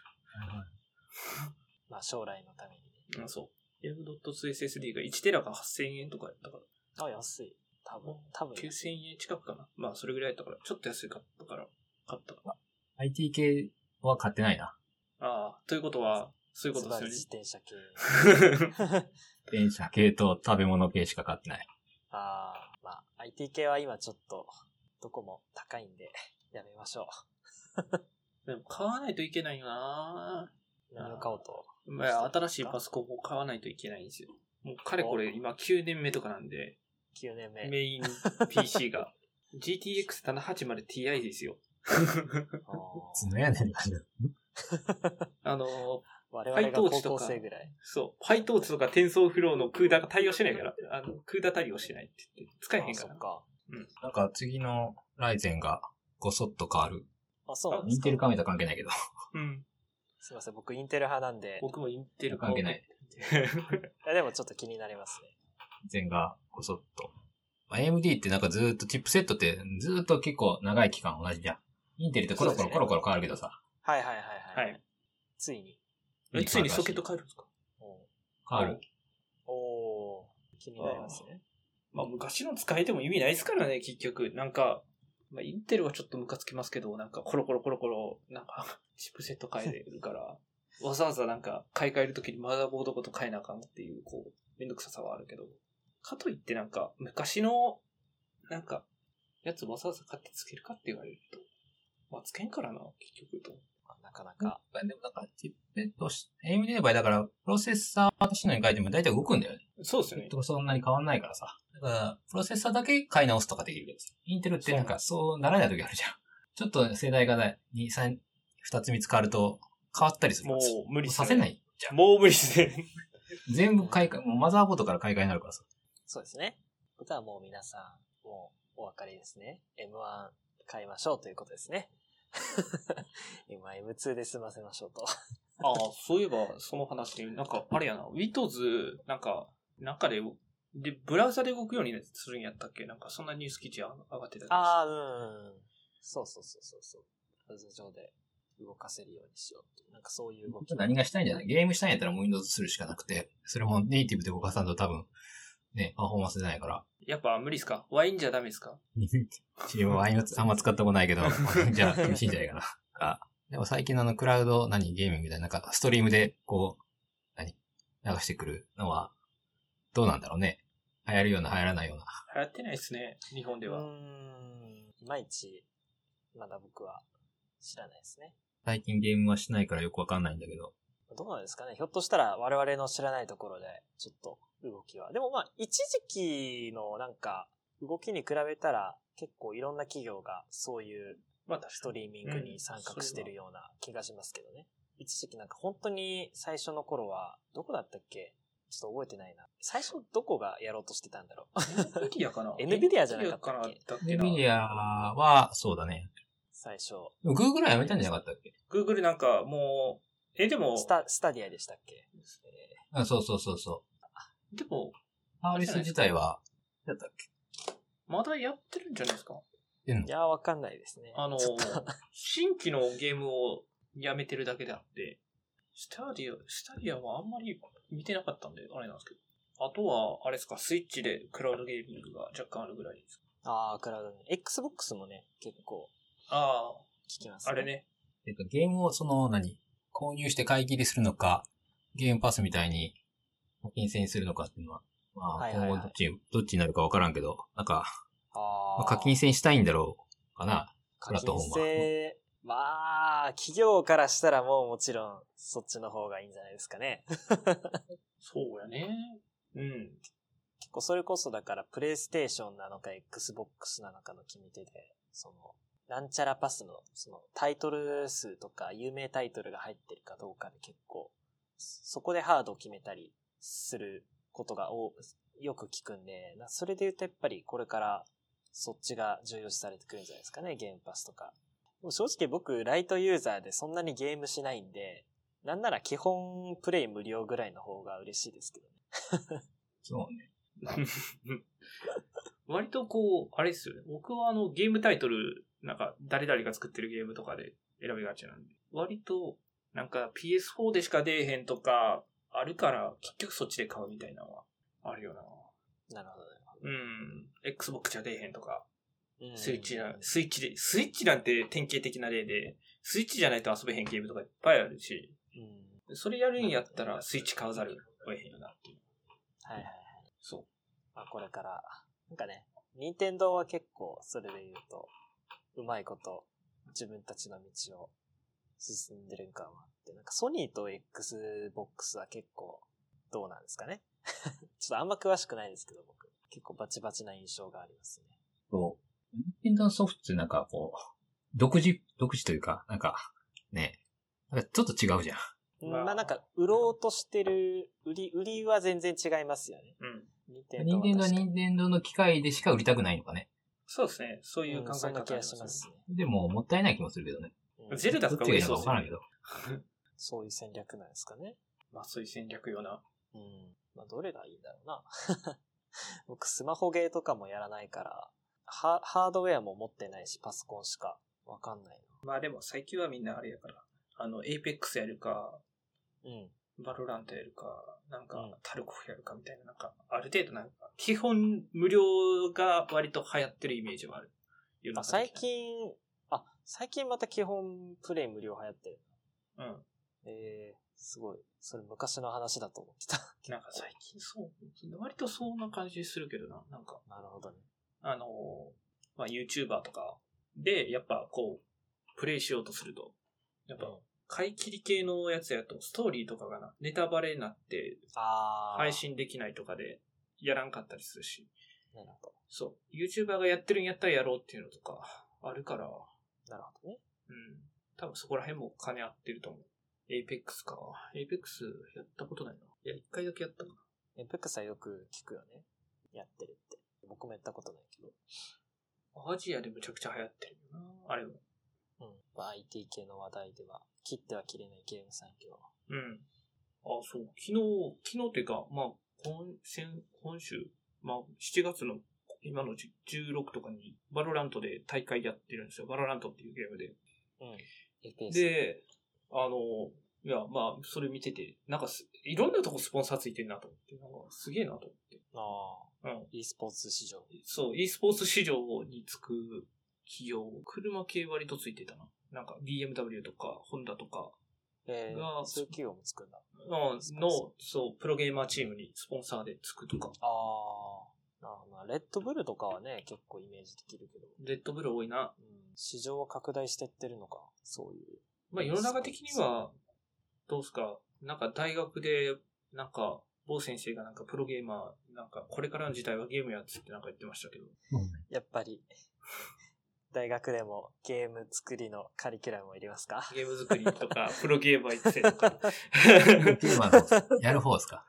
まあ将来のためにね。うん、そう。エムドットツーエスエスディー がいちテラがはっせんえんとかやったから。 あ、安い。多分、多分。 きゅうせんえん近くかな。まあ、それぐらいやったから、ちょっと安いかったから、買ったかな。 アイティー 系は買ってないな。 ああ、ということは、そういうことですよね。 自転車系。 自転車系と食べ物系しか買ってない。 ああ、まあ、アイティー 系は今ちょっと、どこも高いんで、やめましょう。でも買わないといけないよなぁ。何を買おうと。 まあ、新しいパソコンを買わないといけないんですよ。もう、かれこれ今きゅうねんめとかなんで。 きゅうねんめ。 メイン ピーシー が。ジーティーエックスななはちまるティーアイ ですよ。 つのやねん。 あの、 我々が高校生ぐらい。 そう。PyTorch とか TensorFlow のクーダが対応してないから、あの、クーダ対応してないって言って、使えへんから。 そっか。 うん。なんか次のライゼンがごそっと変わる。 あ、そうなんですか。 インテルカメラ関係ないけど。 うん。 すいません、僕インテル派なんで。 僕もインテル関係ない。 いやでもちょっと気になりますね。 全がごそっと。エーエムディー ってなんかずーっとチップセットってずーっと結構長い期間同じじゃん。インテルってコロコロコロコロ変わるけどさ。 はいはいはいはい。はい。ついに。 え、ついにソケット変えるんですか？ 変わる。 おー、気になりますね。 まあ昔の使えても意味ないですからね、結局。なんか、まあインテルはちょっとムカつきますけど、なんかコロコロコロコロ、なんかチップセット変えるから、わざわざなんか買い替えるときにマザーボードごと変えなあかんっていう、こう、めんどくささはあるけど。かといってなんか、昔の、なんか、やつわざわざ買ってつけるかって言われると、まあつけんからな、結局と。 なかなか。 でもなんか、チップセットし、エーエムディー の場合だから、プロセッサー私のに変えても大体動くんだよね。 そうですよね。 そんなに変わんないからさ。だから、プロセッサーだけ買い直すとかできるけどさ。インテルってなんかそうならない時あるじゃん。ちょっと世代がね、に、三、二つ三つ変わると変わったりする。 もう無理っすね。 させないじゃん。 もう無理っすね。 全部買い替え、もうマザーボードから買い替えになるからさ。 そうですね。ことはもう皆さん、もうお分かりですね。エムワン 買いましょうということですね。今 エムツー で済ませましょうと。 ああ、そういえば、その話、なんか、あれやな、Windows、なんか、中で、で、ブラウザで動くようにするんやったっけ？なんか、そんなニュース記事上がってたりして。 ああ、うん。そうそうそうそうそう。ブラウザ上で動かせるようにしようっていう。なんかそういう動き。 何がしたいんじゃない？ゲームしたいんやったらもう Windows するしかなくて、それもネイティブで動かさんと多分、 ね、パフォーマンス出ないから。 やっぱ無理っすか？ワインじゃダメですか？ ワインはあんま使ったことないけど、じゃあ厳しいんじゃないかな。あでも最近のあのクラウド何ゲーミングみたいな、なんかストリームでこう、何流してくるのは、どうなんだろうね。流行るような流行らないような。 流行ってないですね、日本では。 うーん、いまいち、まだ僕は知らないですね。 最近ゲームはしないからよくわかんないんだけど。 どうなんですかね。ひょっとしたら我々の知らないところで、ちょっと動きは。でもまあ、一時期のなんか、動きに比べたら、結構いろんな企業がそういうストリーミングに参画してるような気がしますけどね。一時期なんか本当に最初の頃は、どこだったっけ？ちょっと覚えてないな。最初どこがやろうとしてたんだろう。 エヌビディアかな？ エヌビディア じゃなかったっけ？ エヌビディア は、そうだね。 最初。 Google はやめたんじゃなかったっけ？ Google なんかもう、え、でも、 スタ、スタディアでしたっけ？ えー、あ、そうそうそうそう。 でも、 サービス自体は、やったっけ？ まだやってるんじゃないですか？ いや、わかんないですね。 あの、新規のゲームをやめてるだけであって、スタディア、スタディアはあんまり見てなかったんで、あれなんですけど。あとは、あれですか、スイッチでクラウドゲーミングが若干あるぐらいですか。 ああ、クラウドね。Xbox もね、結構。 ああ、 聞きます、 ね。あれね。 えっと、ゲームをその、何購入して買い切りするのか、ゲームパスみたいに課金制にするのかっていうのは、まあ、はいはいはい、今後どっち、どっちになるかわからんけど、なんか、あまあ、課金制にしたいんだろうかな、プラットフォームは。課金制、 まあ、企業からしたらもうもちろん、そっちの方がいいんじゃないですかね。 そうやね。うん。 結構それこそだから、プレイステーションなのか、Xbox なのかの決め手で、その、なんちゃらパスの、その、タイトル数とか、有名タイトルが入ってるかどうかで結構、そこでハードを決めたりすることがおよく聞くんで、それで言うとやっぱりこれからそっちが重要視されてくるんじゃないですかね、ゲームパスとか。でも正直僕、ライトユーザーでそんなにゲームしないんで、なんなら基本プレイ無料ぐらいの方が嬉しいですけどね。 そうね。 割とこう、あれですよね。僕はあのゲームタイトル、なんか誰々が作ってるゲームとかで選びがちなんで。割と、なんか ピーエスフォー でしか出えへんとか、あるから、結局そっちで買うみたいなのは、あるよな。 なるほどね。 うん。Xbox じゃ出えへんとか。スイッチな、スイッチで、スイッチなんて典型的な例で、スイッチじゃないと遊べへんゲームとかいっぱいあるし、うん、それやるんやったらスイッチ買わざるをえへんよなっていう。 はいはいはい。 そう。 まあこれから、なんかね、任天堂は結構それで言うと、うまいこと自分たちの道を進んでるんかもあって、なんかソニーと Xbox は結構どうなんですかね。ちょっとあんま詳しくないですけど、僕。結構バチバチな印象がありますね。 そう。任天堂ソフトってなんかこう、独自、独自というか、なんか、ね、なんかちょっと違うじゃん。 まあなんか、売ろうとしてる、売り、売りは全然違いますよね。 うん。 任天堂は任天堂の機械でしか売りたくないのかね。 そうですね。そういう考え方、うん、そんな気がしますね。 でも、もったいない気もするけどね。 うん、ゼルダとか売りそうですね。 そういう戦略なんですかね。 まあそういう戦略よな。 うん。まあどれがいいんだろうな。僕スマホゲーとかもやらないから、ハ, ハードウェアも持ってないし、パソコンしかわかんないな。 まあでも最近はみんなあれやから、あの、エイペックスやるか、 うん。 バロラントやるか、なんか、タルコフやるかみたいな、なんか、ある程度なんか、基本無料が割と流行ってるイメージはある。 あ、最近、あ、最近また基本プレイ無料流行ってる。 うん。 えー、すごい。それ昔の話だと思ってた。 なんか最近そう、割とそんな感じするけどな、なんか。 なるほどね。 あの、まあ、YouTuber とかで、やっぱこう、プレイしようとすると、やっぱ、買い切り系のやつやと、ストーリーとかがな、ネタバレになって、配信できないとかで、やらんかったりするし。 なるほど。 そう。YouTuber がやってるんやったらやろうっていうのとか、あるから。 なるほどね。 うん。多分そこら辺も兼ね合ってると思う。Apex か。Apex やったことないな。いや、一回だけやったかな。 Apex はよく聞くよね。やってるって。僕もやったことないけど。 アジアでむちゃくちゃ流行ってるよな、あれも。 うん。アイティー 系の話題では、切っては切れないゲーム産業。 うん。あ、そう。昨日、昨日っていうか、まあ、今先、今週、まあ、しちがつの今のじゅうろくとかに、バロラントで大会やってるんですよ。バロラントっていうゲームで。 うん。 で、あの、 いや、まあ、それ見てて、なんかす、いろんなとこスポンサーついてるなと思って、なんか、すげえなと思って。 ああ。 うん。 e スポーツ市場。 そう、e スポーツ市場につく企業、車系割とついてたな。なんか、ビーエムダブリュー とか、ホンダとかえー、そういう企業もつくんだ。 の、そう、プロゲーマーチームにスポンサーでつくとか。 ああ。なるほどな。レッドブルとかはね、結構イメージできるけど。 レッドブル多いな。 うん。市場を拡大してってるのか。そういう。 まあ世の中的には、どうすか、なんか大学で、なんか、某先生がなんかプロゲーマー、なんかこれからの時代はゲームやっつってなんか言ってましたけど。 やっぱり、大学でもゲーム作りのカリキュラムもいりますか？ ゲーム作りとか、プロゲーマー育成とか。 プロゲーマーのやる方ですか？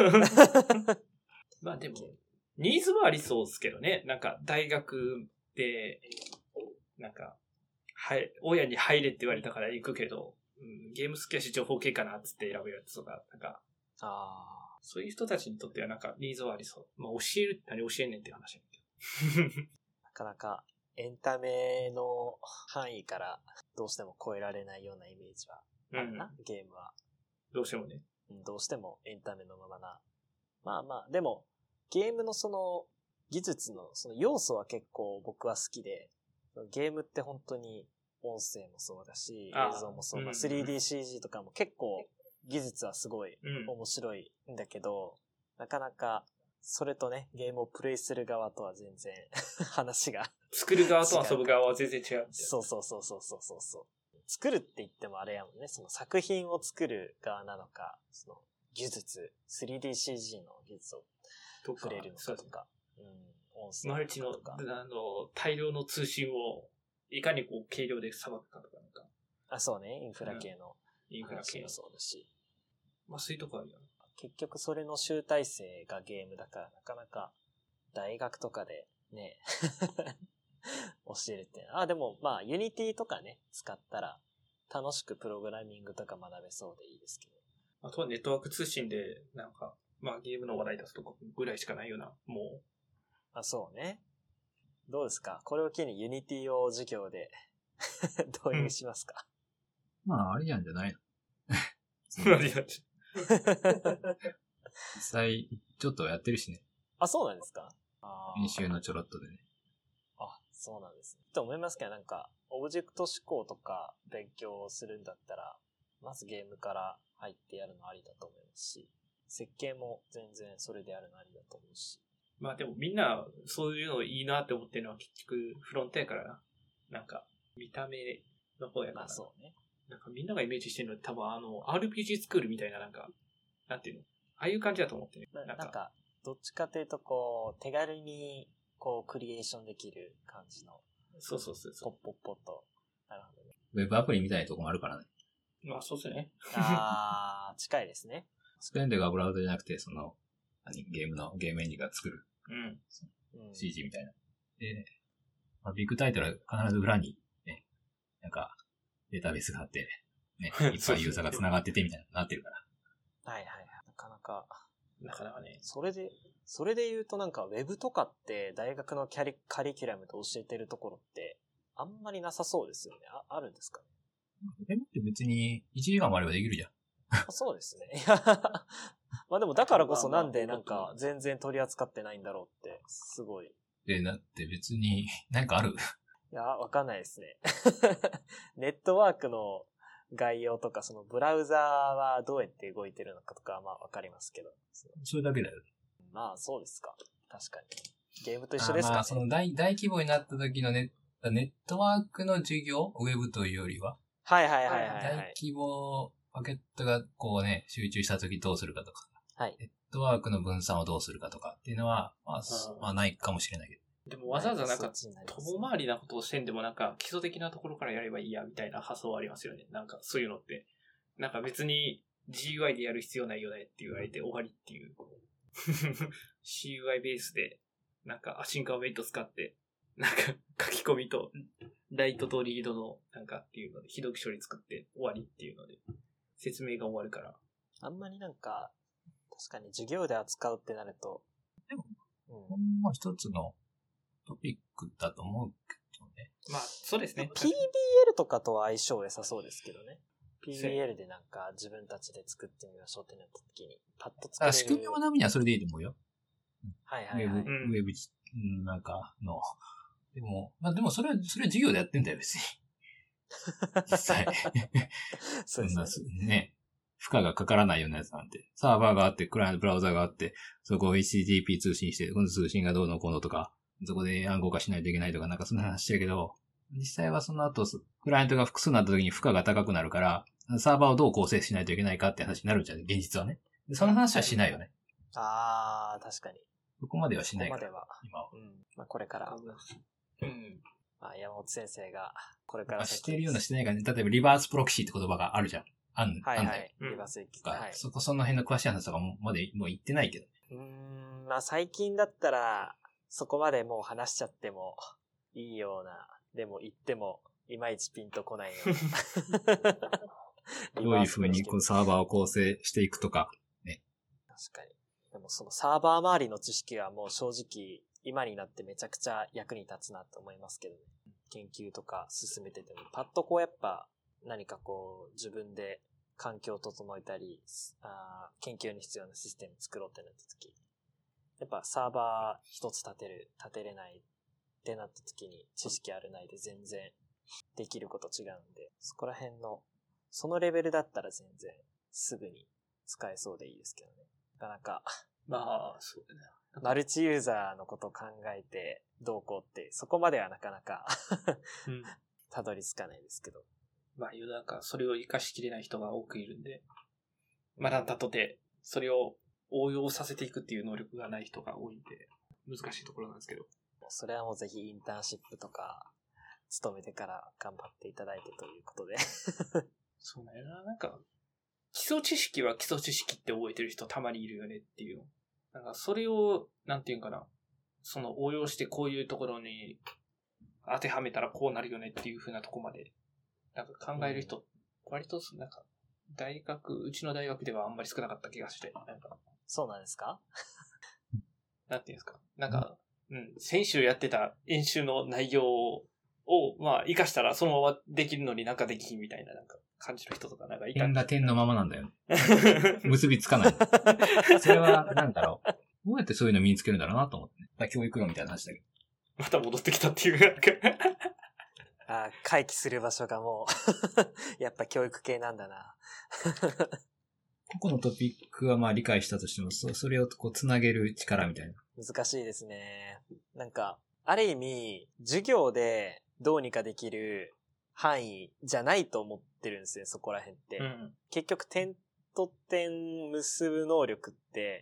まあでも、ニーズはありそうですけどね。なんか大学で、なんか、はい、親に入れって言われたから行くけど、うん、ゲーム好きやし情報系かなっつって選ぶやつとか、なんか、 あそういう人たちにとってはなんかニーズはありそう。まあ教えるって何教えんねんっていう話だけど。 なかなかエンタメの範囲からどうしても超えられないようなイメージはあるな、うん、ゲームは。 どうしてもね。 どうしてもエンタメのままな。まあまあ、でも、ゲームのその技術のその要素は結構僕は好きで、ゲームって本当に音声もそうだし、映像もそうだ、うん、スリーディーシージー とかも結構技術はすごい面白いんだけど、うん、なかなかそれとね、ゲームをプレイする側とは全然話が作る側と遊ぶ側は全然違う。 そうそうそうそうそうそう。作るって言ってもあれやもんね、その作品を作る側なのか、その技術、スリーディーシージー の技術を触れるのかとか、うん、音声マルチの、あの、大量の通信をいかにこう軽量でさばくかとかなんか。 あ、そうね、インフラ系の、 うん、インフラ系もそうだし。 まあそういうとこあるよね。 結局それの集大成がゲームだからなかなか大学とかでね教えるって。あ、でもまあユニティとかね使ったら楽しくプログラミングとか学べそうでいいですけど。 あとはネットワーク通信でなんかまあゲームの話題出すとかぐらいしかないよな、もう。 あ、そうね。どうですか？これを機にユニティを授業で導入しますか？ うん、まあありなんじゃないの？ ありなんじゃ実際、ちょっとやってるしね。 あ、そうなんですか？ 練習のちょろっとでね。 あ、そうなんですね。と思いますけど、なんか、オブジェクト思考とか勉強するんだったら、まずゲームから入ってやるのありだと思いますし、設計も全然それでやるのありだと思うし。 まあでもみんなそういうのいいなって思ってるのは結局フロントやからな。なんか、見た目の方やから。 まあそうね。 なんかみんながイメージしてるのって多分あの、アールピージー スクールみたいななんか、なんていうの？ああいう感じだと思ってね。 な, なんか、なんかどっちかというとこう、手軽にこう、クリエーションできる感じの。 そうそうそうそう。 ポッポッポッと。なるほどね。 ウェブアプリみたいなとこもあるからね。 まあそうですね。 あー、近いですね。 スペンデがブラウザじゃなくて、その、何、ゲームの、ゲームエンジンが作る。 うん。 シージー みたいな。で、ね、まあ、ビッグタイトルは必ず裏に、ね、なんか、データベースがあって、ね、いっぱいユーザーが繋がっててみたいななってるから。 はいはいはい。なかなか。 なかなかね。 それで、それで言うとなんかウェブとかって大学のキャリカリキュラムで教えてるところってあんまりなさそうですよね。あ、あるんですかね。 ウェブって別にいちじかんもあればできるじゃん。 そうですね。まあでもだからこそなんでなんか全然取り扱ってないんだろうってすごい。 で、だって別に何かある？ いや、わかんないですね。ネットワークの概要とか、そのブラウザーはどうやって動いてるのかとかはまあわかりますけど。 それだけだよね。 まあそうですか。確かに。ゲームと一緒ですかね。 まあその大、大規模になった時のネネットワークの授業、ウェブというよりは。 はいはいはいはい、はい。 大規模パケットがこうね、集中した時どうするかとか。 はい。 ネットワークの分散をどうするかとかっていうのは、まあ、まあないかもしれないけど。 でもわざわざなんか、遠回りなことをしてんでもなんか、基礎的なところからやればいいや、みたいな発想はありますよね。なんか、そういうのって。なんか別に ジーユーアイ でやる必要ないよねって言われて終わりっていう。シーユーアイ ベースで、なんか、アシンカーウェイト使って、なんか、書き込みと、ライトとリードの、なんかっていうので、非読処理作って終わりっていうので、説明が終わるから。 あんまりなんか、確かに授業で扱うってなると。 でも、うん、ほんま一つの、トピックだと思うけどね。 まあ、そうですね。 ピービーエル とかとは相性良さそうですけどね。 ピービーエル でなんか自分たちで作ってみましょうってなった時に、パッと作れる。 仕組みを学ぶにはそれでいいと思うよ。 はいはいはい。 ウェブ、ウェブ、うん、なんかの。でも、まあでもそれは、それは授業でやってんだよ、別に。実際。 そうですね。ね。負荷がかからないようなやつなんて。サーバーがあって、クライアントブラウザがあって、そこを エイチティーティーピー 通信して、この通信がどうのこうのとか、そこで暗号化しないといけないとか、なんかそんな話してるけど、実際はその後、クライアントが複数になった時に負荷が高くなるから、サーバーをどう構成しないといけないかって話になるんじゃん、現実はね。その話はしないよね。 ああ、確かに。 そこまではしないから。 そこまでは。 今は。 うん。まあ、これから。うん。まあ、山本先生が、これから先。してるようなしてないかね。例えば、リバースプロキシーって言葉があるじゃん。あん、 はいはい。 あんだよ。 リバースエキス。 はい。そこ、その辺の詳しい話とかも、まで、もう言ってないけど。 うーん、まあ、最近だったら、そこまでもう話しちゃってもいいような、でも言っても、いまいちピンとこないような。 どういう風にこうサーバーを構成していくとか、ね。 確かに。でもそのサーバー周りの知識はもう正直、今になってめちゃくちゃ役に立つなと思いますけどね。研究とか進めてても、パッとこうやっぱ何かこう自分で環境を整えたり、あ研究に必要なシステム作ろうってなった時、やっぱサーバー一つ立てる、立てれないってなった時に知識あるないで全然できること違うんで、そこら辺の、そのレベルだったら全然すぐに使えそうでいいですけどね。なかなか。 まあ、そうだね。 マルチユーザーのことを考えてどうこうって、そこまではなかなかうん、たどり着かないですけど。 まあ、世の中、それを活かしきれない人が多くいるんで、学んだとて、それを応用させていくっていう能力がない人が多いんで、難しいところなんですけど。 それはもうぜひインターンシップとか、勤めてから頑張っていただいてということで。 そうだよな。なんか、基礎知識は基礎知識って覚えてる人たまにいるよねっていうの。なんか、それを、なんていうんかな。その応用してこういうところに当てはめたらこうなるよねっていう風なとこまで、なんか考える人、うん、割と、なんか、大学、うちの大学ではあんまり少なかった気がして、なんか。 そうなんですか？ なんていうんですか。なんか、うん、先週やってた演習の内容を、まあ、活かしたらそのままできるのになんかできひんみたいな、なんか、感じる人とかなんかいた。 点が点のままなんだよね。結びつかない。それは、なんだろう。どうやってそういうの身につけるんだろうなと思ってね。だ教育論みたいな話だけど。 また戻ってきたっていう、なんか。 あ、回帰する場所がもう、やっぱ教育系なんだな。 個々のトピックはまあ理解したとしても、そ、それをこう繋げる力みたいな。 難しいですね。なんか、ある意味、授業でどうにかできる範囲じゃないと思ってるんですよ、そこら辺って。うん、結局、点と点結ぶ能力って、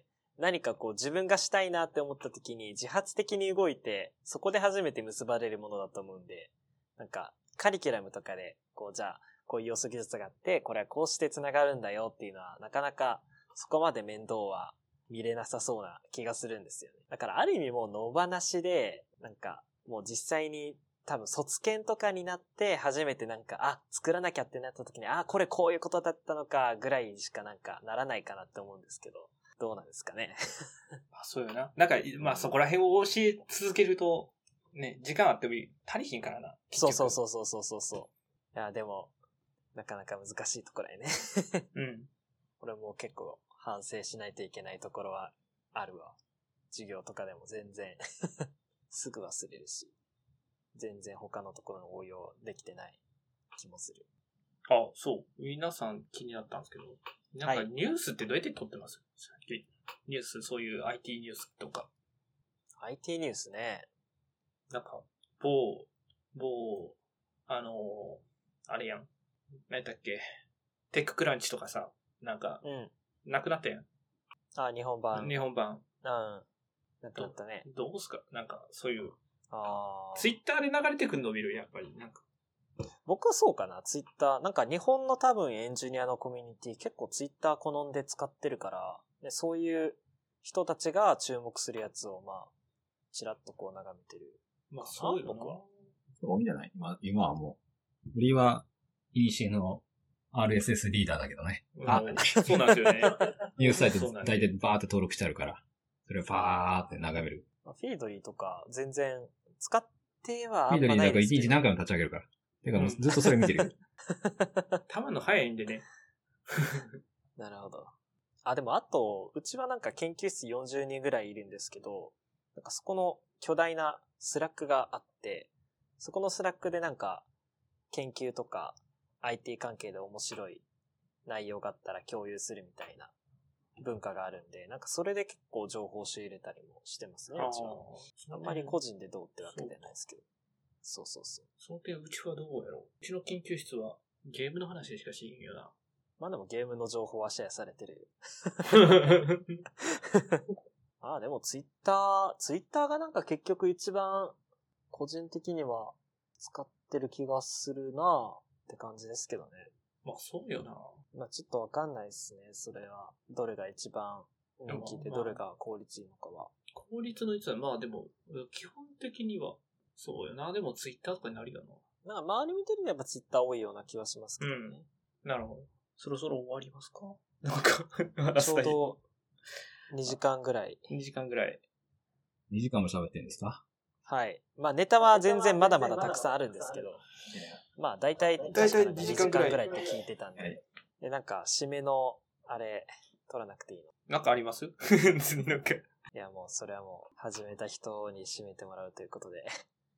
何かこう自分がしたいなって思った時に自発的に動いて、そこで初めて結ばれるものだと思うんで、なんか、カリキュラムとかで、こう、じゃあ、こういう要素技術があって、これはこうして繋がるんだよっていうのは、なかなかそこまで面倒は見れなさそうな気がするんですよね。だからある意味もう野放しで、なんか、もう実際に多分卒検とかになって初めてなんか、あ、作らなきゃってなった時に、あ、これこういうことだったのかぐらいしかなんかならないかなって思うんですけど、どうなんですかね。 あ、そうよな。なんか、まあそこら辺を教え続けると、ね、時間あっても足りひんからな。 そうそうそうそうそうそうそう。いや、でも、なかなか難しいところやね。 うん。 俺も結構反省しないといけないところはあるわ。授業とかでも全然すぐ忘れるし、全然他のところの応用できてない気もする。 あ、そう。皆さん気になったんですけど、なんかニュースってどうやって撮ってます？はい、ニュース、そういう アイティー ニュースとか。 アイティー ニュースね。 なんか、某、某、あのー、あれやん。何だっけ、テッククランチとかさ、なんか、うん、なくなったやん。 あ、日本版。 日本版。うん。 なくなったね。 どうすかなんか、そういう。 あツイッターで流れてくるのを見る、やっぱり。なんか。 僕はそうかな、ツイッター。なんか日本の多分エンジニアのコミュニティ結構ツイッター好んで使ってるから、でそういう人たちが注目するやつを、まあ、ちらっとこう眺めてる。 まあ、そういうのは。多いんじゃない？今、今はもう。売りは、イニシエの アールエスエス リーダーだけどね。 あ、そうなんですよね。 ニュースサイト大体バーって登録してあるから、それをバーって眺める。 フィードリーとか全然使ってはあんまないですけど。フィードリーなんかいちにち何回も立ち上げるから。 てかもうずっとそれ見てるよ。 玉の早いんでね。 なるほど。あ、でもあと、うちはなんか研究室よんじゅうにんぐらいいるんですけど、なんかそこの巨大なスラックがあって、そこのスラックでなんか研究とか アイティー 関係で面白い内容があったら共有するみたいな文化があるんで、なんかそれで結構情報を仕入れたりもしてますね、うちは。あんまり個人でどうってわけではないですけど。そうそうそう。 その点うちはどうやろう。うちの研究室はゲームの話でしかしんよな。 まあでもゲームの情報はシェアされてる。ああ、でもツイッター、ツイッターがなんか結局一番個人的には使ってる気がするなって感じですけどね。 まあそうよな。 まあちょっとわかんないですね、それは。どれが一番人気でどれが効率いいのかは。 効率のいつはまあでも、基本的にはそうよな。でもツイッターとかになりだな。 なんか周り見てるとやっぱツイッター多いような気はしますけどね。 うん、なるほど。そろそろ終わりますか？なんか、 ちょうどにじかんぐらい。 にじかんぐらい。 にじかんも喋ってるんですか？ はい。まあネタは全然まだまだたくさんあるんですけど、まあ大体、 大体にじかんぐらいって聞いてたんで、で、なんか締めの、あれ、取らなくていいの。 なんかあります？なんか。 いやもうそれはもう始めた人に締めてもらうということで。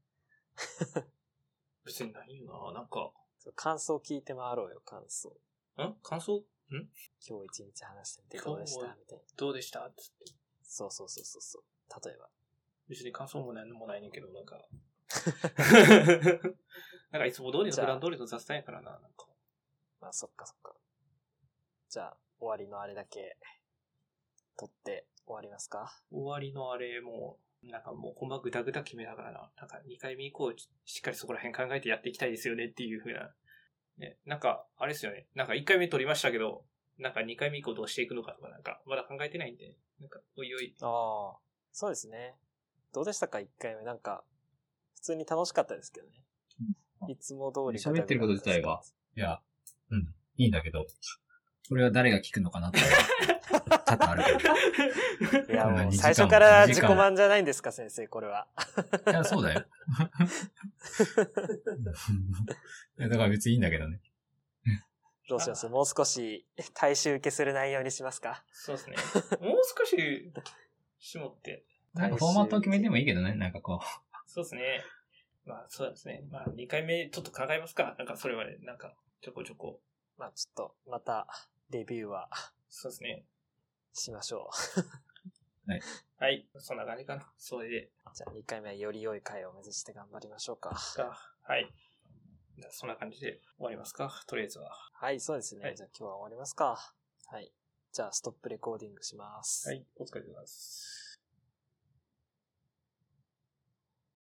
別にないよな、なんか。 感想聞いて回ろうよ、感想。 ん感想ん今日一日話してみてどうでしたみたいな。 どうでしたつって。 そうそうそうそうそう。例えば。 別に感想も何もないねんけど、なんか。なんかいつも通りの普段通りの雑談やからな、なんか。 まあそっかそっか。じゃあ、終わりのあれだけ、取って終わりますか？ 終わりのあれも、なんかもうほんまぐだぐだ決めながらな、なんかにかいめ以降しっかりそこら辺考えてやっていきたいですよねっていう風な。ね、なんか、あれですよね。なんかいっかいめ取りましたけど、なんかにかいめ以降どうしていくのかとかなんか、まだ考えてないんで、なんか、おいおい。 ああ、そうですね。どうでしたかいっかいめ。なんか、普通に楽しかったですけどね。うん、いつも通り。 喋ってること自体は、いや、うん、いいんだけど、これは誰が聞くのかなって、多々あるけど。 いや、もう最初から自己満じゃないんですか、先生、これは。 いや、そうだよ。だから別にいいんだけどね。 どうします？もう少し大衆受けする内容にしますか？ そうですね。もう少し絞って。 なんかフォーマットを決めてもいいけどね、なんかこう。 そうですね。まあそうですね。まあにかいめちょっと考えますか。なんかそれまで、なんかちょこちょこ。 まあちょっとまたレビューは。 そうですね。 しましょう。はい。はい。そんな感じかな。それで。 じゃあにかいめはより良い回を目指して頑張りましょうか。 か。はい。じゃあそんな感じで終わりますか。とりあえずは。 はい、そうですね。はい、じゃあ今日は終わりますか。はい。じゃあストップレコーディングします。 はい。お疲れ様です。